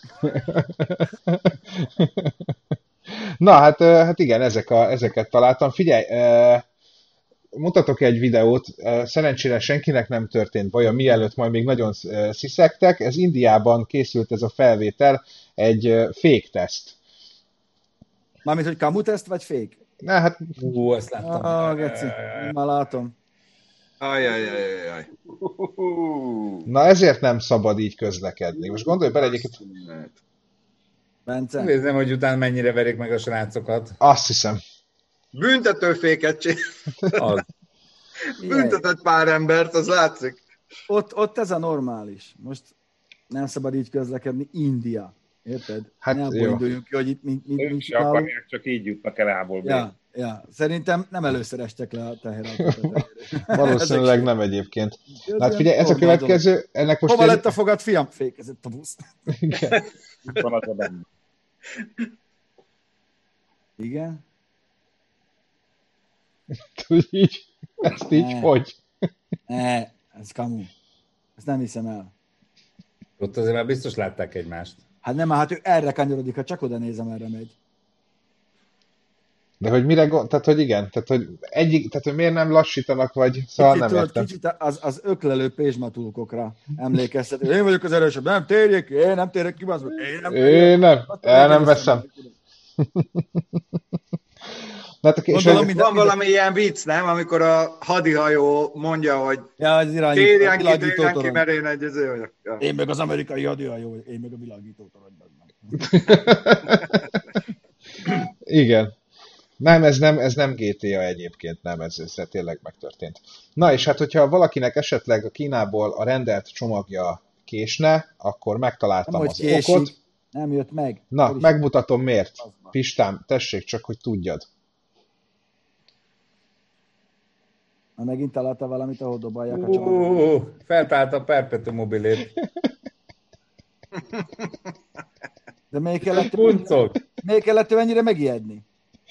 Na, hát, hát igen, ezek a, ezeket találtam. Figyelj, mutatok egy videót, szerencsére senkinek nem történt baja, mielőtt majd még nagyon sziszegtek. Ez Indiában készült ez a felvétel, egy fake teszt. Mármint, hogy kamu teszt, vagy fake? Na, hát... Ú, ezt láttam. Ah, geci, már látom. Ajajajajaj. Na, ezért nem szabad így közlekedni. Most gondolj bele egyébként... Bence? Nézzem, hogy utána mennyire verik meg a srácokat. Azt hiszem. Büntetőféket csinál. Büntetett pár embert, az látszik. Ott, ott ez a normális. Most nem szabad így közlekedni. India. Érted? Hát nem jó. induljunk ki, hogy itt mint, mint, Ők mint se akarják, csak így jutnak el A-ból B. Ja, ja. Szerintem nem először estek le a teherautót. Valószínűleg nem egyébként. Na, hát figyelj, ez a következő, ennek most... Hova én... lett a fogad, fiam? Fékezett a busz. Igen. Van az a benne. Igen? Tudj így, ezt így Ne. hogy? Ne, ez kamu. Ezt nem hiszem el. Ott azért már biztos látták egymást. Hát nem, hát ő erre kanyarodik, ha csak oda nézem, erre megy. De hogy mire gond... Tehát, hogy igen, tehát, hogy egyik, tehát, hogy miért nem lassítanak, vagy... Szóval Kicsit, nem tudod, értem. kicsit az, az öklelő pézsmatulkokra emlékeztető. Én vagyok az erősebb, nem térjek ki, én nem térek ki, bazd meg, én nem Én nem, el nem veszem. Na, hát, és Gondolom, ez- minden- Van valami ilyen vicc, nem? Amikor a hadihajó mondja, hogy Ja, az irányító, térjen ki, világító térjen ki, torony. mert én egy ező vagyok. Ja. Én meg az amerikai hadihajó vagyok, én meg a világító torony. Igen. Nem, ez nem, ez nem gé té á egyébként, nem, ez, ez tényleg megtörtént. Na és hát, hogyha valakinek esetleg a Kínából a rendelt csomagja késne, akkor megtaláltam Nem, hogy az késik, okot. nem jött meg. Na, Hogy is- megmutatom miért. Pistám, tessék csak, hogy tudjad. Na, megint találta valamit, ahol dobálják a csomagot. Ú, feltált a Perpetuum mobilét. De miért kellett, Puncog. miért kellett ő ennyire megijedni?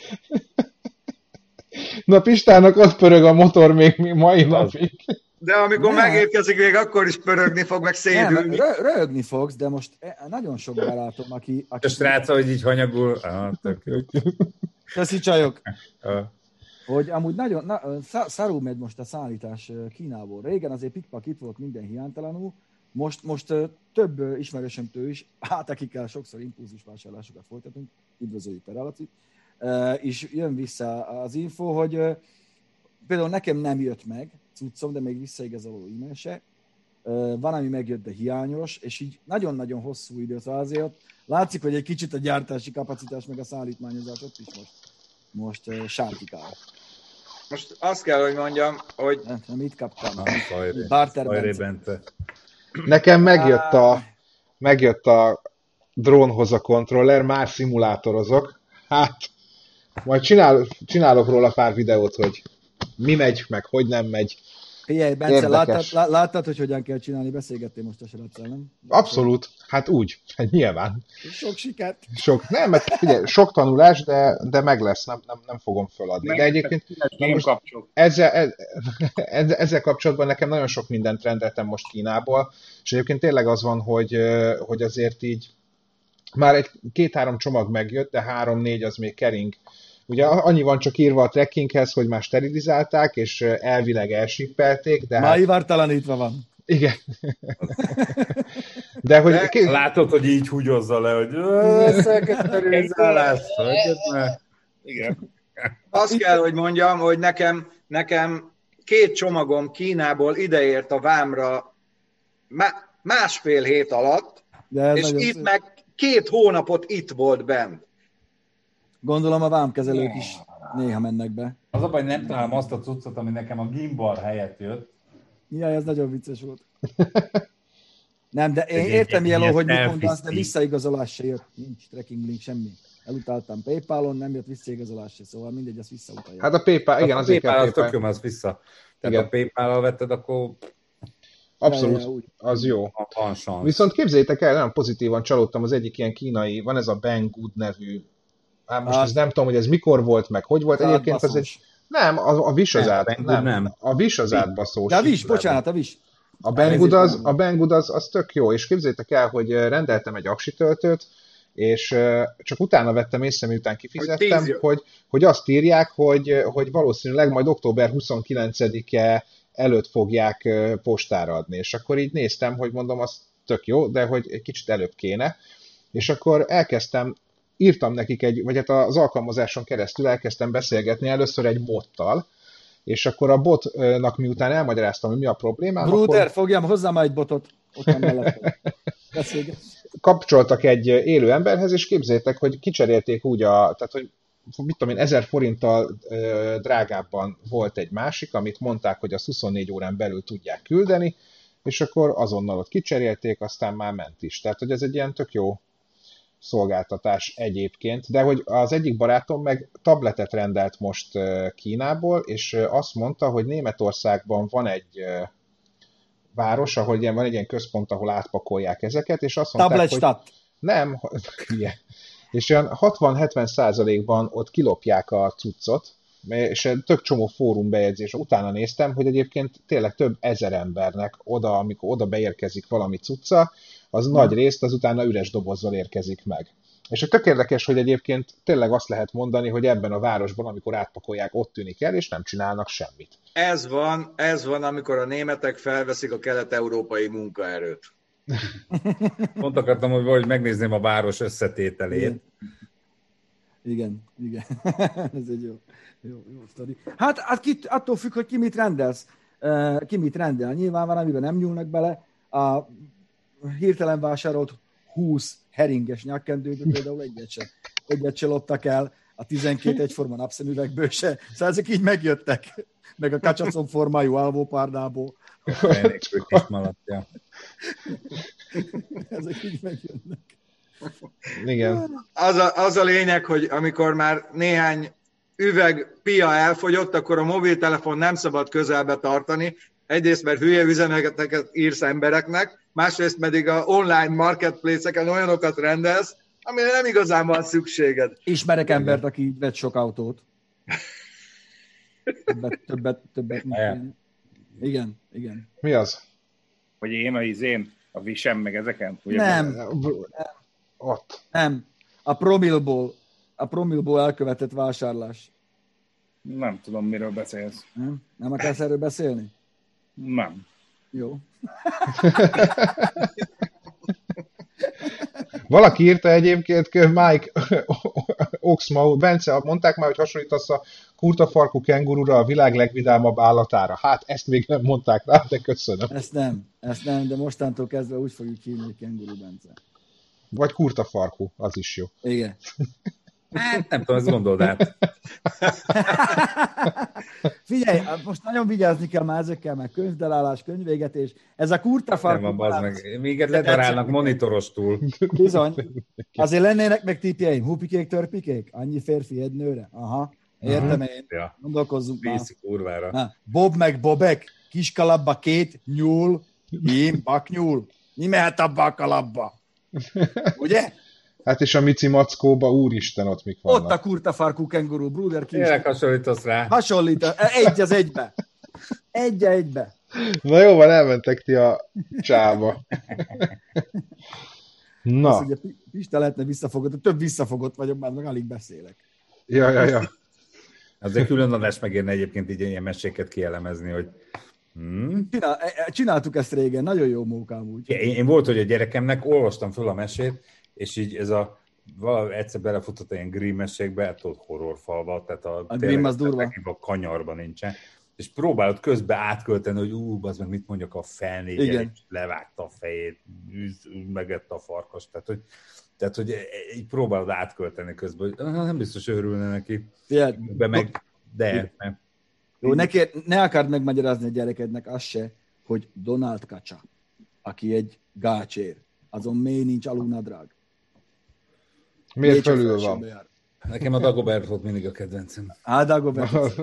Na Pistának ott pörög a motor még mi mai napig. De amikor Nem. megérkezik, még akkor is pörögni fog, meg Nem, szédülni. rö- röhögni fogsz, de most e- nagyon sok barátom, aki... aki A srác, hogy így hanyagul. Ah, tök jó. Köszi csajok! Ah. Hogy amúgy nagyon, na, szá- szarul megy most a szállítás ö, Kínából. Régen azért pikpak itt volt minden hiánytalanul, most, most ö, több ö, ismerősömtől is, hát akikkel sokszor impulzus vásárlásokat folytatunk, üdvözöljük a Lacit, ö, és jön vissza az info, hogy ö, például nekem nem jött meg cuccom, de még visszaigazoló e-mail se, Ö, van, ami megjött, de hiányos, és így nagyon-nagyon hosszú időt azért ott látszik, hogy egy kicsit a gyártási kapacitás, meg a szállítmányozás ott is most, most uh, sárkikál. Most azt kell, hogy mondjam, hogy Nem, nem itt kaptam. Ah, Szajré. Barter Szajré Bence. Bence. Nekem megjött a, megjött a drónhoz a kontroller, már szimulátorozok. Hát, majd csinál, csinálok róla pár videót, hogy mi megy, meg hogy nem megy. Figyelj, Bence, Érdekes. láttad, lá- láttad, hogy hogyan kell csinálni? Beszélgettél most a sráccal, nem? Abszolút, hát úgy, hát nyilván. Sok sikert! Sok, nem, mert figyelj, sok tanulás, de, de meg lesz, nem, nem, nem fogom feladni. De egyébként na most kapcsol. ezzel, ez- ezzel, ezzel kapcsolatban nekem nagyon sok mindent rendeltem most Kínából, és egyébként tényleg az van, hogy, ö, hogy azért így már egy két-három csomag megjött, de három-négy az még kering. Ugye annyi van csak írva a trekkinghez, hogy már sterilizálták, és ö, elvileg elsippelték, de Már hát, ivartalanítva van. igen. De hogy De- ki- Látod, hogy így húgyozza le, hogy szekreterizálás. Igen. azt kell, hogy mondjam, hogy nekem, nekem két csomagom Kínából ideért a vámra má- másfél hét alatt, És itt szép. Meg két hónapot itt volt bent. Gondolom a vámkezelők is néha mennek be. Az a baj, nem találom azt a cuccot, ami nekem a gimbal helyett jött. Jaj, ez nagyon vicces volt. Nem, de én értem, Jeló, hogy mit mondasz, de visszaigazolás se jött. Nincs tracking link, semmi. Elutáltam PayPal-on, nem jött visszaigazolás se, szóval mindegy, azt visszautalja. Hát a PayPal, igen, azért kell PayPal. A PayPal az tök jó, az vissza. Tehát igen. A PayPal-al vetted, akkor... Abszolút, ja, ja, az jó. Viszont képzeljétek el, nagyon pozitívan csalódtam az egyik ilyen kínai, van ez a Banggood nevű, hát most ez nem tudom, hogy ez mikor volt, meg hogy volt. Egyébként az egy... Nem, a, a Wish az át. Nem, nem. A Wish az átbaszós. De a Wish, bocsánat, a Wish. A Banggood az, a Banggood az, az tök jó, és képzeljétek el, hogy rendeltem egy aksi töltőt, és csak utána vettem észre, miután kifizettem, hogy, hogy, hogy azt írják, hogy, hogy valószínűleg majd október huszonkilencedike előtt fogják postára adni. És akkor így néztem, hogy mondom, az tök jó, de hogy egy kicsit előbb kéne. És akkor elkezdtem, írtam nekik egy, vagy hát az alkalmazáson keresztül elkezdtem beszélgetni először egy bottal, és akkor a botnak miután elmagyaráztam, hogy mi a problémám, Bruder, akkor... fogjam hozzá már egy botot, ott van mellett. Kapcsoltak egy élő emberhez, és képzeljétek, hogy kicserélték úgy a, tehát hogy mit tudom én, ezer forinttal ö, drágábban volt egy másik, amit mondták, hogy az huszonnégy órán belül tudják küldeni, és akkor azonnal ott kicserélték, aztán már ment is. Tehát, hogy ez egy ilyen tök jó szolgáltatás egyébként, de hogy az egyik barátom meg tabletet rendelt most Kínából, és azt mondta, hogy Németországban van egy város, ahol ilyen, van egy ilyen központ, ahol átpakolják ezeket, és azt mondták, Tabletstadt. hogy nem, yeah. És olyan hatvan-hetven százalékban ott kilopják a cuccot, és tök csomó fórum bejegyzés. Utána néztem, hogy egyébként tényleg több ezer embernek oda, amikor oda beérkezik valami cucca, az hmm. nagy részt az utána üres dobozzal érkezik meg. És tök érdekes, hogy egyébként tényleg azt lehet mondani, hogy ebben a városban, amikor átpakolják, ott tűnik el, és nem csinálnak semmit. Ez van, ez van, amikor a németek felveszik a kelet-európai munkaerőt. Pont akartam, hogy valahogy megnézném a város összetételét. Igen, igen. igen. Ez egy jó, jó, jó sztori. Hát, hát ki, attól függ, hogy ki mit rendelsz. Uh, ki mit rendel. Nyilván van, amiben nem nyúlnak bele. A hirtelen vásárolt húsz heringes nyakkendőből például egyet se, egyet se loptak el, a tizenkét egyforma napszemüvegből se. Szóval ezek így megjöttek. Meg a kacsacon formájú alvópárdából. Ezek így megjönnek. Igen. Az a, az a lényeg, hogy amikor már néhány üveg pia elfogyott, akkor a mobiltelefon nem szabad közelbe tartani. Egyrészt, mert hülye üzeneteket írsz embereknek, másrészt pedig a online marketplace-eken olyanokat rendelsz, amire nem igazán van szükséged. Ismerek igen. embert, aki így vett sok autót. Többet, többet, többet. Igen, igen. Mi az? Hogy én a izén, a visem, meg ezeken? Ugye nem. nem. Ott. Nem. A promilból, a promilból elkövetett vásárlás. Nem tudom, miről beszélsz. Nem? Nem akarsz erről beszélni? Nem. Jó. Valaki írta egyébként, Mike Oxma, Bence, mondták már, hogy hasonlítasz a kurtafarkú kengurura, a világ legvidámabb állatára. Hát ezt még nem mondták rá, de köszönöm. Ezt nem, ezt nem, de mostantól kezdve úgy fogjuk hívni, hogy kenguru Bence. Vagy kurtafarkú, az is jó. Igen. Hát nem tudom, ezt gondold át. Figyelj, most nagyon vigyázni kell már ezekkel, meg könyvdalálás, könyvégetés. Ez a kurtafarkú... Nem, bazd meg. Minket ledarálnak monitorostul. Bizony. Azért lennének meg tippjeim. Hupikék, törpikék? Annyi férfi egy nőre? Aha. Értem én. Ja. Gondolkozzunk már. Bészik kurvára. Na, Bob meg Bobek. Kis kalapba két nyúl. Én baknyúl. Mi mehet abba a kalapba? Ugye? Hát és a Mici Mackóba, úristen, ott mik vannak. Ott a kurtafarkú kenguru, Bruder ki is. Tényleg hasonlítasz rá. Hasonlít, egy az egybe. Egy egybe. Na jó, van, elmentek ti a csába. Na. Azt, hogy a Pista lehetne visszafogott, több visszafogott vagyok, már meg alig beszélek. Ja, ja, ja. Azért külön adás megérne egyébként így ilyen meséket kielemezni, hogy Hmm. Csinál, csináltuk ezt régen, nagyon jó mókám úgy. Én, én volt, hogy a gyerekemnek olvastam föl a mesét, és így ez a valahogy egyszer belefutott ilyen Grimm mesékbe, tudod, horrorfalva, tehát a, a Grimm az durva. A kanyarban nincsen. és próbálod közbe átkölteni, hogy ú, az meg mit mondjak a felnégyel, és levágta a fejét, megette a farkast, tehát hogy, tehát, hogy így próbálod átkölteni közben, hogy nem biztos örülne neki, yeah. de meg, de... Yeah. Jó, ne, kér, ne akard megmagyarázni a gyerekednek azt se, hogy Donald Kacsa, aki egy gácsér, azon mély nincs alulnadrág. Miért fölül van? Jár. Nekem a Dagobert volt mindig a kedvencem. Á, Dagobert.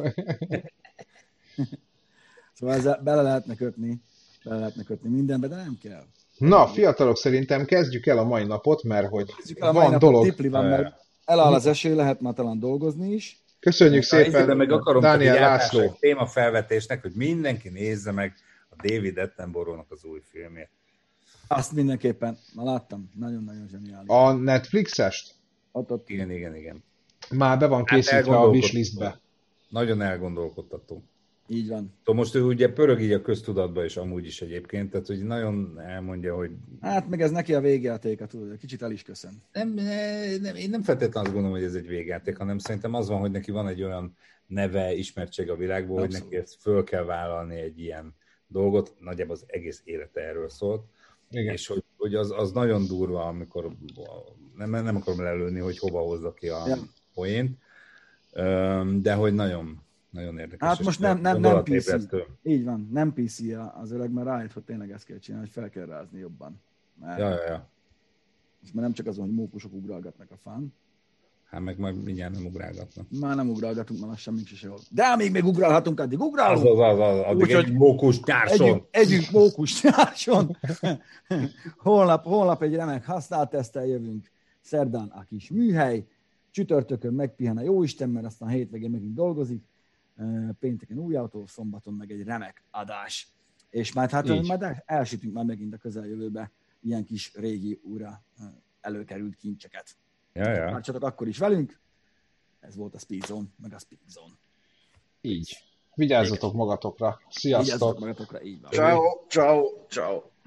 Szóval ezzel bele lehetne kötni, bele lehetne kötni mindenbe, de nem kell. Na, fiatalok, szerintem kezdjük el a mai napot, mert hogy el a van mai napot, dolog. Tipli van, mert eláll az eső, lehet már talán dolgozni is. Köszönjük szépen, de meg akarom Dániel László. Témafelvetésnek, hogy mindenki nézze meg a David Attenborough-nak az új filmjét. Azt mindenképpen, már láttam, nagyon-nagyon zseniális. A Netflixest? Ott, ott. Igen, igen, igen. Már be van készítve hát a wishlistbe. Nagyon elgondolkodtató. Így van. Szóval most ő ugye pörög így a köztudatba is amúgy is egyébként, tehát hogy nagyon elmondja, hogy... Hát meg ez neki a végjátéka, tudod, kicsit el is köszön. Nem, nem, én nem feltétlenül azt gondolom, hogy ez egy végjáték, hanem szerintem az van, hogy neki van egy olyan neve, ismertség a világból, abszolút, hogy neki ezt föl kell vállalni egy ilyen dolgot, nagyjából az egész élete erről szólt. Igen. És hogy, hogy az, az nagyon durva, amikor nem, nem akarom lelőni, hogy hova hozza ki a ja. poént, de hogy nagyon, nagyon érdekes. Hát most nem, nem, nem pé cé. Így van, nem pé cé az öreg, mert rájött, hogy tényleg ezt kell csinálni, hogy fel kell rázni jobban. Mert, ja, ja, ja. És már nem csak azon, hogy mókusok ugrálgatnak a fán. Hát meg majd mindjárt nem ugrálgatnak. Már nem ugrálgatunk, már lassan nincs sehol. De még még ugrálhatunk, addig ugrálunk. Az, az, az, az. Addig úgy, egy mókus nyárson. Együnk, együnk mókus nyárson. holnap, holnap egy remek használtesztel jövünk. Szerdán a kis műhely. Csütörtökön megpihen a jóisten, mert aztán a hétvégén megint dolgozik. Pénteken új autó, szombaton meg egy remek adás. És már hát majd elsütünk már megint a közeljövőbe ilyen kis régi újra előkerült kincseket. Ja, ja. Tartsatok akkor is velünk. Ez volt a Speed Zone, meg a Speed Zone. Így. Vigyázzatok magatokra. Sziasztok! Vigyázzatok magatokra, így van. Ciao, ciao, ciao.